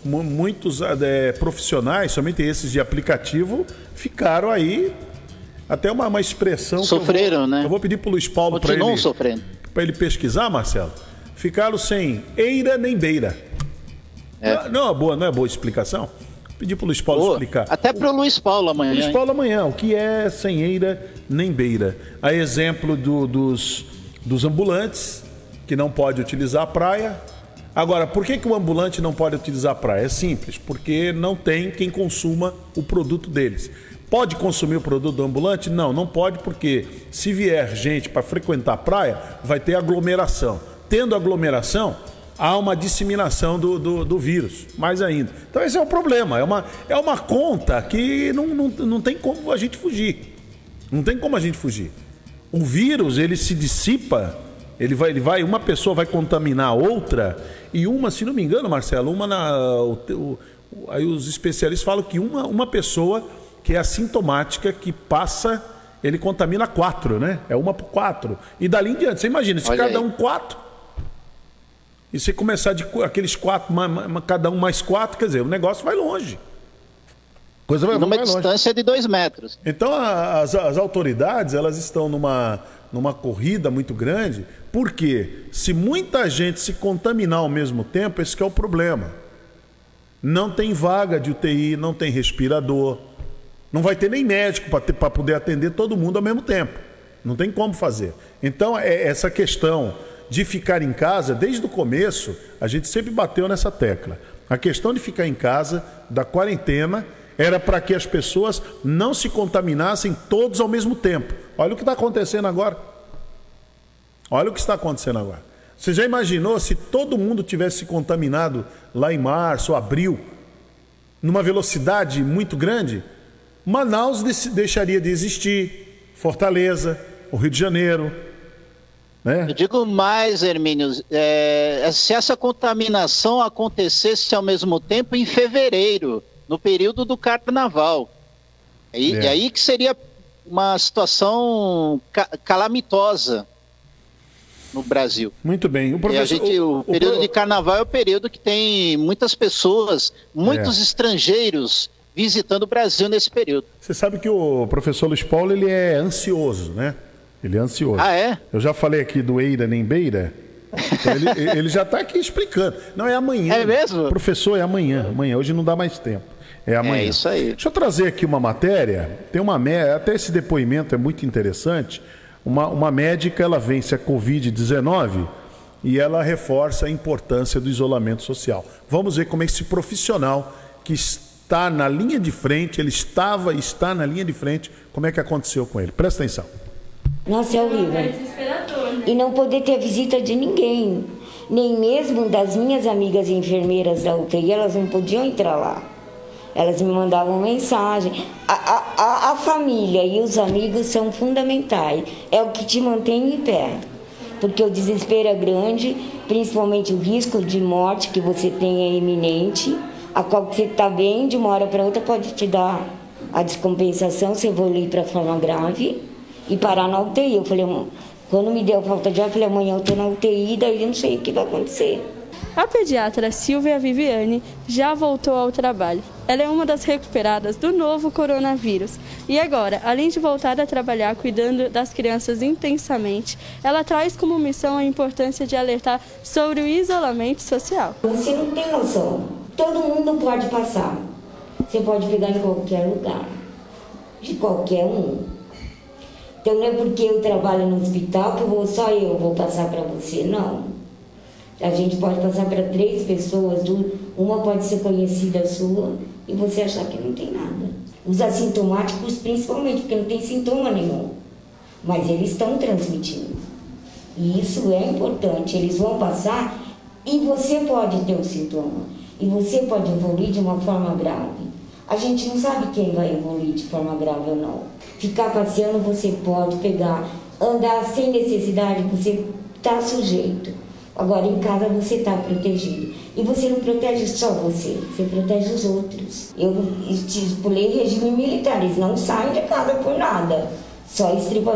profissionais, somente esses de aplicativo, ficaram aí, até uma expressão... Sofreram, né? Eu vou pedir para o Luiz Paulo para ele pesquisar, Marcelo. Ficaram sem eira nem beira. Não é boa explicação? Pedir para o Luiz Paulo explicar. Até para o Luiz Paulo amanhã. Luiz Paulo amanhã, o que é sem eira nem beira? A exemplo dos ambulantes, que não pode utilizar a praia. Agora, por que o ambulante não pode utilizar a praia? É simples, porque não tem quem consuma o produto deles. Pode consumir o produto do ambulante? Não pode, porque se vier gente para frequentar a praia, vai ter aglomeração. Tendo aglomeração, há uma disseminação do vírus, mais ainda. Então esse é o problema, é uma conta que não tem como a gente fugir. Não tem como a gente fugir. O vírus, ele se dissipa, uma pessoa vai contaminar a outra, e se não me engano, Marcelo, aí os especialistas falam que uma pessoa que é assintomática, que passa, ele contamina 4, né? É 1 por 4. E dali em diante, você imagina, se cada um 4, e você começar de aqueles 4, cada um mais 4, quer dizer, o negócio vai longe. Coisa vai numa distância de 2 metros. Então as autoridades, elas estão numa corrida muito grande, porque se muita gente se contaminar ao mesmo tempo, esse que é o problema. Não tem vaga de UTI, não tem respirador, não vai ter nem médico para poder atender todo mundo ao mesmo tempo. Não tem como fazer. Então, essa questão de ficar em casa, desde o começo, a gente sempre bateu nessa tecla. A questão de ficar em casa, da quarentena, era para que as pessoas não se contaminassem todos ao mesmo tempo. Olha o que está acontecendo agora. Olha o que está acontecendo agora. Você já imaginou se todo mundo tivesse se contaminado lá em março, abril, numa velocidade muito grande? Manaus deixaria de existir, Fortaleza, o Rio de Janeiro, né? Eu digo mais, Hermínio, se essa contaminação acontecesse ao mesmo tempo em fevereiro, no período do Carnaval, e aí que seria uma situação calamitosa no Brasil. Muito bem. O período de Carnaval é o período que tem muitas pessoas, muitos estrangeiros visitando o Brasil nesse período. Você sabe que o professor Luiz Paulo, ele é ansioso, né? Ele é ansioso. Ah, é? Eu já falei aqui do eira nem beira. Então ele já está aqui explicando. Não, é amanhã. É mesmo? Professor, é amanhã. Hoje não dá mais tempo. É amanhã. É isso aí. Deixa eu trazer aqui uma matéria. Tem até esse depoimento é muito interessante. Uma médica, ela vence a Covid-19 e ela reforça a importância do isolamento social. Vamos ver como é esse profissional que está na linha de frente, ele estava e está na linha de frente, como é que aconteceu com ele. Presta atenção. Nossa, é horrível. E não poder ter visita de ninguém, nem mesmo das minhas amigas enfermeiras da UTI, elas não podiam entrar lá. Elas me mandavam mensagem. A família e os amigos são fundamentais. É o que te mantém em pé. Porque o desespero é grande, principalmente o risco de morte que você tem é iminente. A qual você está bem, de uma hora para outra pode te dar a descompensação, você evoluir para forma grave e parar na UTI. Eu falei, quando me deu falta de ar, eu falei, amanhã eu estou na UTI, daí eu não sei o que vai acontecer. A pediatra Silvia Viviane já voltou ao trabalho. Ela é uma das recuperadas do novo coronavírus. E agora, além de voltar a trabalhar cuidando das crianças intensamente, ela traz como missão a importância de alertar sobre o isolamento social. Você não tem noção. Todo mundo pode passar. Você pode pegar em qualquer lugar. De qualquer um. Então não é porque eu trabalho no hospital que só eu vou passar para você, não. A gente pode passar para 3 pessoas, uma pode ser conhecida sua e você achar que não tem nada. Os assintomáticos principalmente, porque não tem sintoma nenhum, mas eles estão transmitindo. E isso é importante, eles vão passar e você pode ter um sintoma. E você pode evoluir de uma forma grave. A gente não sabe quem vai evoluir de forma grave ou não. Ficar passeando você pode pegar, andar sem necessidade, você está sujeito. Agora em casa você está protegido. E você não protege só você protege os outros. Eu estipulei regime militar, eles não saem de casa por nada. Só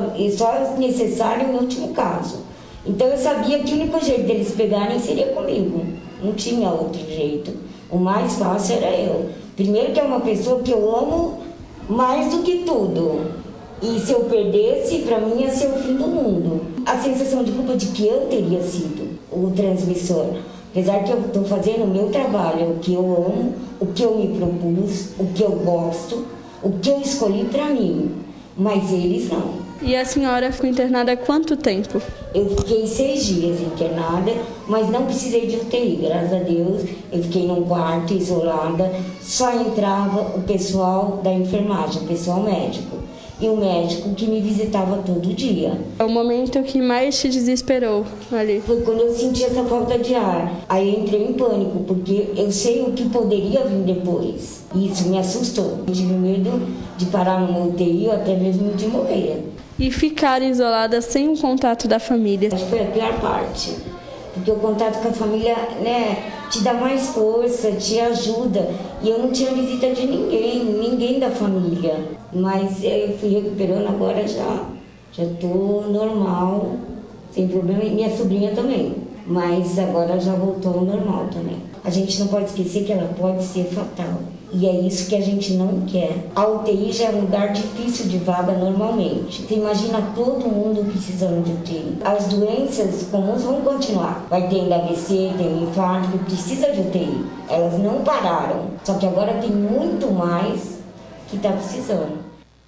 necessário no último caso. Então eu sabia que o único jeito deles pegarem seria comigo. Não tinha outro jeito. O mais fácil era eu. Primeiro que é uma pessoa que eu amo mais do que tudo. E se eu perdesse, para mim ia ser o fim do mundo. A sensação de culpa de que eu teria sido o transmissor. Apesar que eu estou fazendo o meu trabalho, o que eu amo, o que eu me propus, o que eu gosto, o que eu escolhi para mim. Mas eles não. E a senhora ficou internada há quanto tempo? Eu fiquei 6 dias internada, mas não precisei de UTI, graças a Deus. Eu fiquei num quarto, isolada, só entrava o pessoal da enfermagem, o pessoal médico. E o médico que me visitava todo dia. É o momento que mais te desesperou ali? Foi quando eu senti essa falta de ar. Aí eu entrei em pânico, porque eu sei o que poderia vir depois. E isso me assustou. Eu tive medo de parar numa UTI ou até mesmo de morrer. E ficar isolada sem o contato da família? Acho que foi a pior parte. Porque o contato com a família, te dá mais força, te ajuda. E eu não tinha visita de ninguém da família. Mas eu fui recuperando, agora já estou normal, sem problema. E minha sobrinha também. Mas agora já voltou ao normal também. A gente não pode esquecer que ela pode ser fatal. E é isso que a gente não quer. A UTI já é um lugar difícil de vaga normalmente. Você imagina todo mundo precisando de UTI. As doenças comuns vão continuar. Vai ter AVC, tem infarto, precisa de UTI. Elas não pararam. Só que agora tem muito mais que está precisando.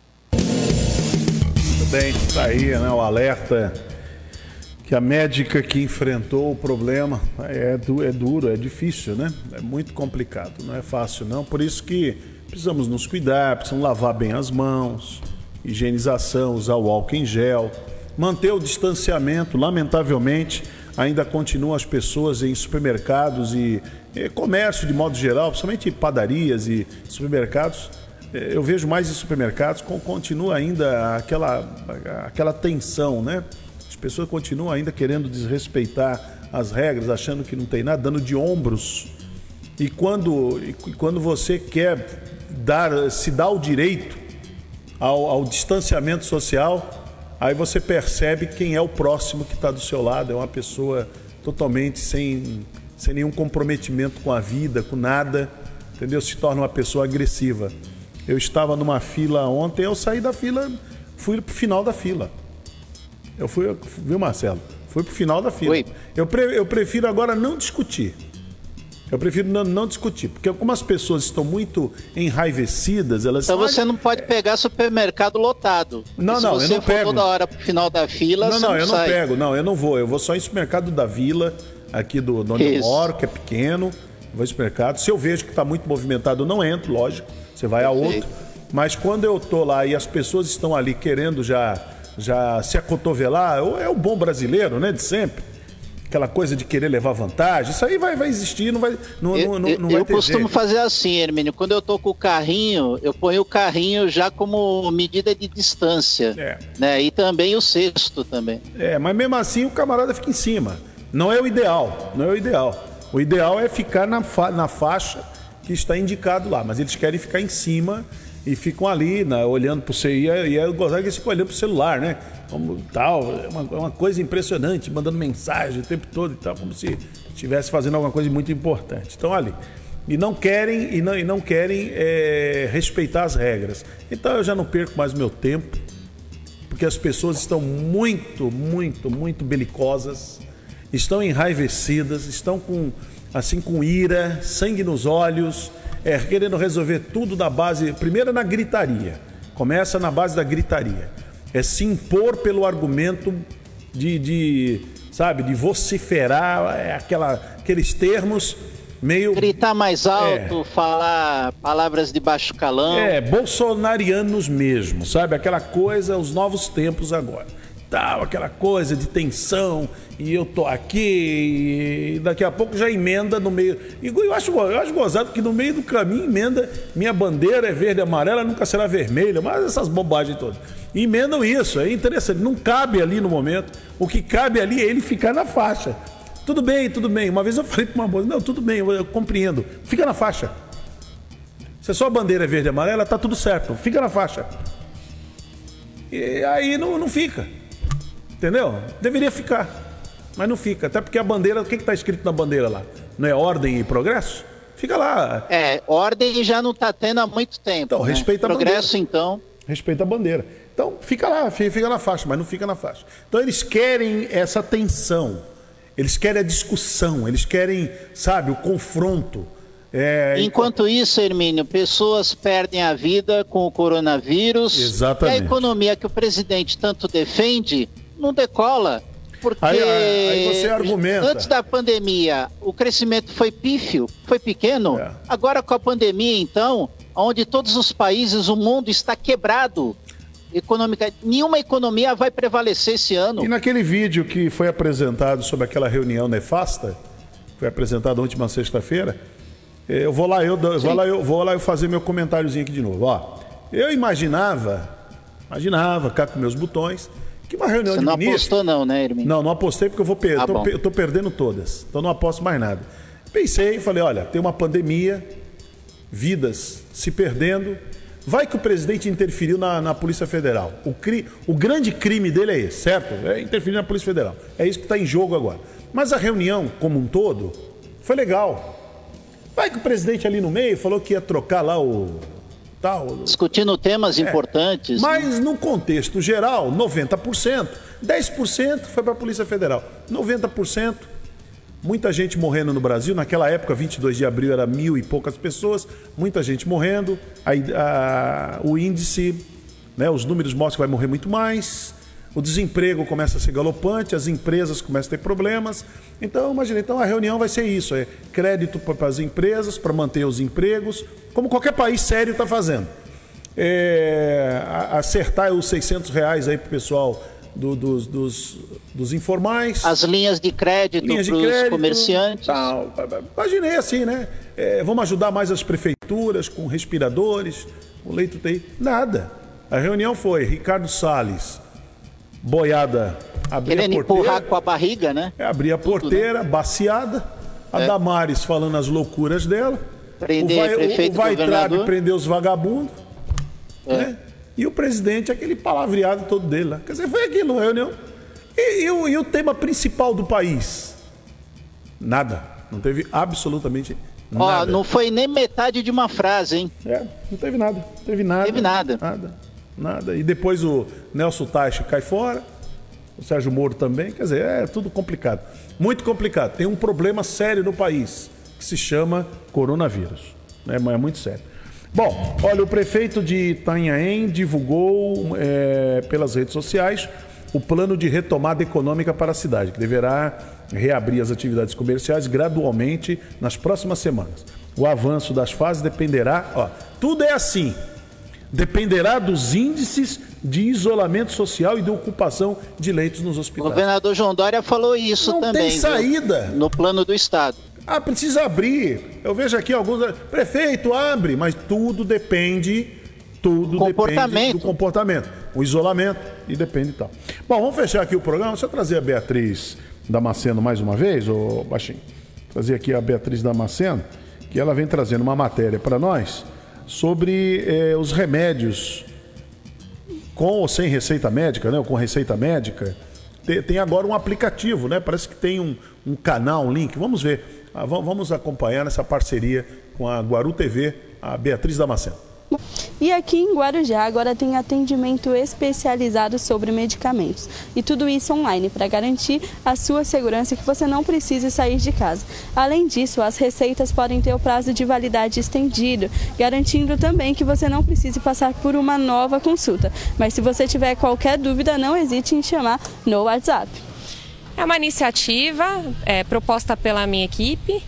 Muito bem, tá aí, né, o alerta que a médica que enfrentou o problema é duro, é difícil, né? É muito complicado, não é fácil não. Por isso que precisamos nos cuidar, precisamos lavar bem as mãos, higienização, usar o álcool em gel, manter o distanciamento. Lamentavelmente, ainda continuam as pessoas em supermercados e comércio de modo geral, principalmente padarias e supermercados. Eu vejo mais em supermercados, continua ainda aquela tensão, né? As pessoas continuam ainda querendo desrespeitar as regras, achando que não tem nada, dando de ombros. E quando você quer se dar o direito ao distanciamento social, aí você percebe quem é o próximo que está do seu lado. É uma pessoa totalmente sem nenhum comprometimento com a vida, com nada, entendeu? Se torna uma pessoa agressiva. Eu estava numa fila ontem, eu saí da fila, fui pro final da fila. Viu, Marcelo? Fui pro final da fila. Eu prefiro agora não discutir. Eu prefiro não discutir, porque como as pessoas estão muito enraivecidas, elas... Então você não pode pegar supermercado lotado. Não, eu não pego. Se você for toda hora pro final da fila, eu não pego. Não, eu não vou. Eu vou só em supermercado da vila, aqui de onde eu moro, que é pequeno. Vou em supermercado. Se eu vejo que está muito movimentado, eu não entro, lógico. Você vai a outro. Mas quando eu tô lá e as pessoas estão ali querendo já se acotovelar, é o bom brasileiro, né, de sempre. Aquela coisa de querer levar vantagem, isso aí vai existir, não vai ter jeito. Eu costumo fazer assim, Hermínio, quando eu tô com o carrinho, eu ponho o carrinho já como medida de distância, né, e também o cesto também. Mas mesmo assim o camarada fica em cima, não é o ideal. O ideal é ficar na faixa que está indicado lá, mas eles querem ficar em cima e ficam ali, olhando para o celular, e é gozado que eles ficam olhando para o celular, né? Como tal, é uma coisa impressionante, mandando mensagem o tempo todo e tal, como se estivesse fazendo alguma coisa muito importante. Estão ali. E não querem respeitar as regras. Então eu já não perco mais o meu tempo, porque as pessoas estão muito, muito, muito belicosas, estão enraivecidas, estão com ira, sangue nos olhos, querendo resolver tudo da base, primeiro na gritaria. Começa na base da gritaria. É se impor pelo argumento de vociferar, aqueles termos meio... Gritar mais alto, falar palavras de baixo calão. Bolsonarianos mesmo, sabe? Aquela coisa, os novos tempos agora. Aquela coisa de tensão, e eu tô aqui, e daqui a pouco já emenda no meio. E eu acho gozado que no meio do caminho emenda, minha bandeira é verde e amarela, nunca será vermelha, mas essas bobagens todas. Emendam isso, é interessante, não cabe ali no momento. O que cabe ali é ele ficar na faixa. Tudo bem. Uma vez eu falei para uma moça, não, tudo bem, eu compreendo. Fica na faixa. Se a sua bandeira é verde e amarela, tá tudo certo, fica na faixa. E aí não fica. Entendeu? Deveria ficar, mas não fica. Até porque a bandeira, o que está escrito na bandeira lá? Não é ordem e progresso? Fica lá. Ordem já não está tendo há muito tempo. Então, respeita a bandeira. Progresso, então. Respeita a bandeira. Então, fica lá, fica na faixa, mas não fica na faixa. Então, eles querem essa tensão, eles querem a discussão, eles querem, o confronto. Enquanto isso, Hermínio, pessoas perdem a vida com o coronavírus. Exatamente. E a economia que o presidente tanto defende não decola. Porque aí você argumenta. Antes da pandemia, o crescimento foi pífio, foi pequeno. Agora com a pandemia, então, onde todos os países, o mundo está quebrado nenhuma economia vai prevalecer esse ano. E naquele vídeo que foi apresentado sobre aquela reunião nefasta, foi apresentado na última sexta-feira, eu vou lá eu fazer meu comentáriozinho aqui de novo. Eu imaginava cá com meus botões, que uma reunião de ministros... Você não apostou não, né, Hermínio? Não apostei porque eu tô perdendo todas. Então não aposto mais nada. Pensei e falei, olha, tem uma pandemia, vidas se perdendo. Vai que o presidente interferiu na Polícia Federal. O grande crime dele é esse, certo? É interferir na Polícia Federal. É isso que está em jogo agora. Mas a reunião, como um todo, foi legal. Vai que o presidente ali no meio falou que ia trocar lá discutindo temas importantes. Mas no contexto geral, 90%, 10% foi para a Polícia Federal. 90%, muita gente morrendo no Brasil. Naquela época, 22 de abril, era 1.000 e poucas pessoas. Muita gente morrendo. O índice, os números mostram que vai morrer muito mais. O desemprego começa a ser galopante, as empresas começam a ter problemas. Então, imagina, a reunião vai ser isso, crédito para as empresas, para manter os empregos, como qualquer país sério está fazendo. Acertar os R$600 aí para o pessoal dos informais. As linhas de crédito para os comerciantes. Imaginei assim, né? Vamos ajudar mais as prefeituras com respiradores, com leito TI. Nada. A reunião foi Ricardo Salles, boiada, abrir a porteira, empurrar com a barriga, né? Abrir a porteira, baciada, a Damares falando as loucuras dela, o Weintraub prender os vagabundos, né? E o presidente, aquele palavreado todo dele lá. Quer dizer, foi aquilo, reunião. E o tema principal do país? Nada. Não teve absolutamente nada. Não foi nem metade de uma frase, hein? Não teve nada. Nada. E depois o Nelson Taixe cai fora, o Sérgio Moro também. Quer dizer, é tudo complicado. Muito complicado. Tem um problema sério no país, que se chama coronavírus. É muito sério. Bom, olha, o prefeito de Itanhaém divulgou pelas redes sociais o plano de retomada econômica para a cidade, que deverá reabrir as atividades comerciais gradualmente nas próximas semanas. O avanço das fases dependerá... tudo é assim... Dependerá dos índices de isolamento social e de ocupação de leitos nos hospitais. O governador João Dória falou isso também. Não tem saída. No plano do Estado. Precisa abrir. Eu vejo aqui alguns... Prefeito, abre. Mas tudo depende do comportamento. O isolamento e depende e tal. Bom, vamos fechar aqui o programa. Deixa eu trazer a Beatriz Damasceno mais uma vez, ô Baixinho. Trazer aqui a Beatriz Damasceno, que ela vem trazendo uma matéria para nós sobre os remédios com ou sem receita médica, né? Ou com receita médica. Tem agora um aplicativo, né? Parece que tem um canal, um link. Vamos ver. Vamos acompanhar nessa parceria com a Guaru TV, a Beatriz Damasceno. E aqui em Guarujá agora tem atendimento especializado sobre medicamentos. E tudo isso online para garantir a sua segurança e que você não precise sair de casa. Além disso, as receitas podem ter o prazo de validade estendido, garantindo também que você não precise passar por uma nova consulta. Mas se você tiver qualquer dúvida, não hesite em chamar no WhatsApp. É uma iniciativa proposta pela minha equipe,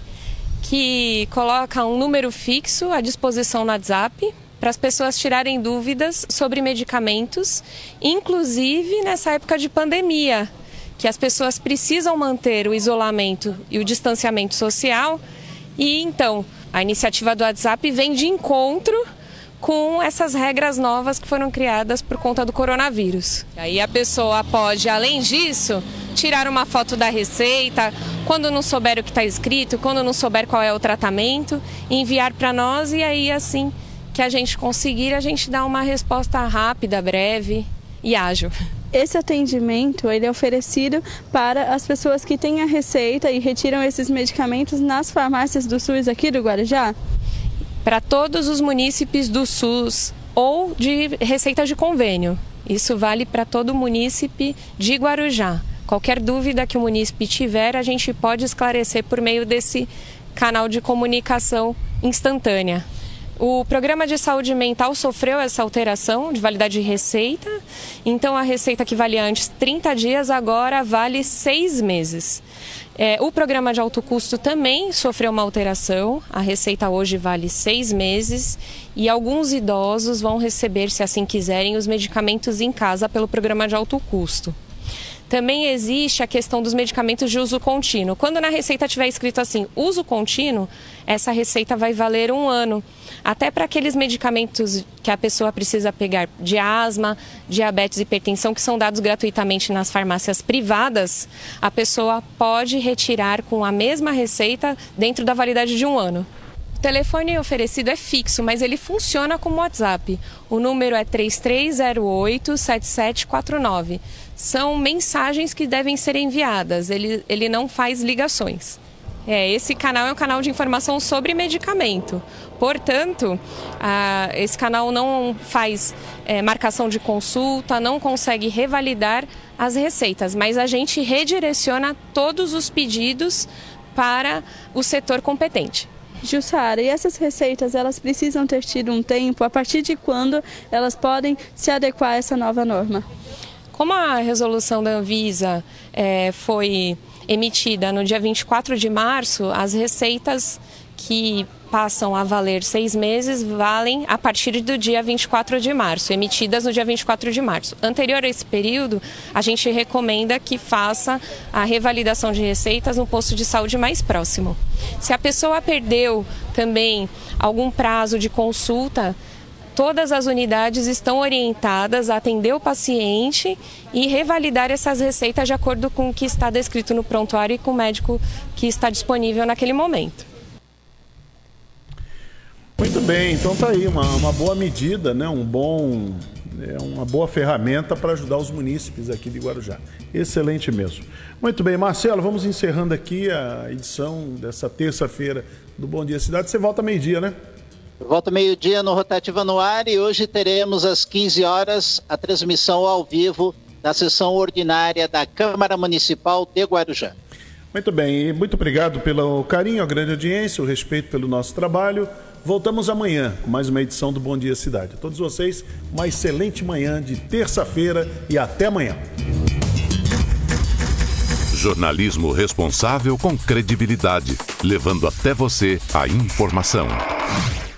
que coloca um número fixo à disposição no WhatsApp para as pessoas tirarem dúvidas sobre medicamentos, inclusive nessa época de pandemia, que as pessoas precisam manter o isolamento e o distanciamento social. E então, a iniciativa do WhatsApp vem de encontro com essas regras novas que foram criadas por conta do coronavírus. Aí a pessoa pode, além disso, tirar uma foto da receita, quando não souber o que está escrito, quando não souber qual é o tratamento, enviar para nós, e aí assim que a gente conseguir, a gente dá uma resposta rápida, breve e ágil. Esse atendimento ele é oferecido para as pessoas que têm a receita e retiram esses medicamentos nas farmácias do SUS aqui do Guarujá? Para todos os munícipes do SUS ou de receita de convênio. Isso vale para todo munícipe de Guarujá. Qualquer dúvida que o munícipe tiver, a gente pode esclarecer por meio desse canal de comunicação instantânea. O programa de saúde mental sofreu essa alteração de validade de receita, então a receita que valia antes 30 dias agora vale 6 meses. O programa de alto custo também sofreu uma alteração, a receita hoje vale 6 meses e alguns idosos vão receber, se assim quiserem, os medicamentos em casa pelo programa de alto custo. Também existe a questão dos medicamentos de uso contínuo. Quando na receita tiver escrito assim, uso contínuo, essa receita vai valer 1 ano. Até para aqueles medicamentos que a pessoa precisa pegar de asma, diabetes e hipertensão, que são dados gratuitamente nas farmácias privadas, a pessoa pode retirar com a mesma receita dentro da validade de 1 ano. O telefone oferecido é fixo, mas ele funciona como WhatsApp. O número é 3308-7749. São mensagens que devem ser enviadas, ele não faz ligações. Esse canal é um canal de informação sobre medicamento. Portanto, esse canal não faz marcação de consulta, não consegue revalidar as receitas, mas a gente redireciona todos os pedidos para o setor competente. Jussara, e essas receitas, elas precisam ter tido um tempo? A partir de quando elas podem se adequar a essa nova norma? Como a resolução da Anvisa foi emitida no dia 24 de março, as receitas que passam a valer 6 meses valem a partir do dia 24 de março, emitidas no dia 24 de março. Anterior a esse período, a gente recomenda que faça a revalidação de receitas no posto de saúde mais próximo. Se a pessoa perdeu também algum prazo de consulta, todas as unidades estão orientadas a atender o paciente e revalidar essas receitas de acordo com o que está descrito no prontuário e com o médico que está disponível naquele momento. Muito bem, então tá aí uma boa medida, né? Uma boa ferramenta para ajudar os munícipes aqui de Guarujá. Excelente mesmo. Muito bem, Marcelo, vamos encerrando aqui a edição dessa terça-feira do Bom Dia Cidade. Você volta meio-dia, né? Volta meio-dia no Rotativa no Ar e hoje teremos às 15 horas a transmissão ao vivo da sessão ordinária da Câmara Municipal de Guarujá. Muito bem, e muito obrigado pelo carinho, a grande audiência, o respeito pelo nosso trabalho. Voltamos amanhã com mais uma edição do Bom Dia Cidade. A todos vocês, uma excelente manhã de terça-feira e até amanhã. Jornalismo responsável com credibilidade, levando até você a informação.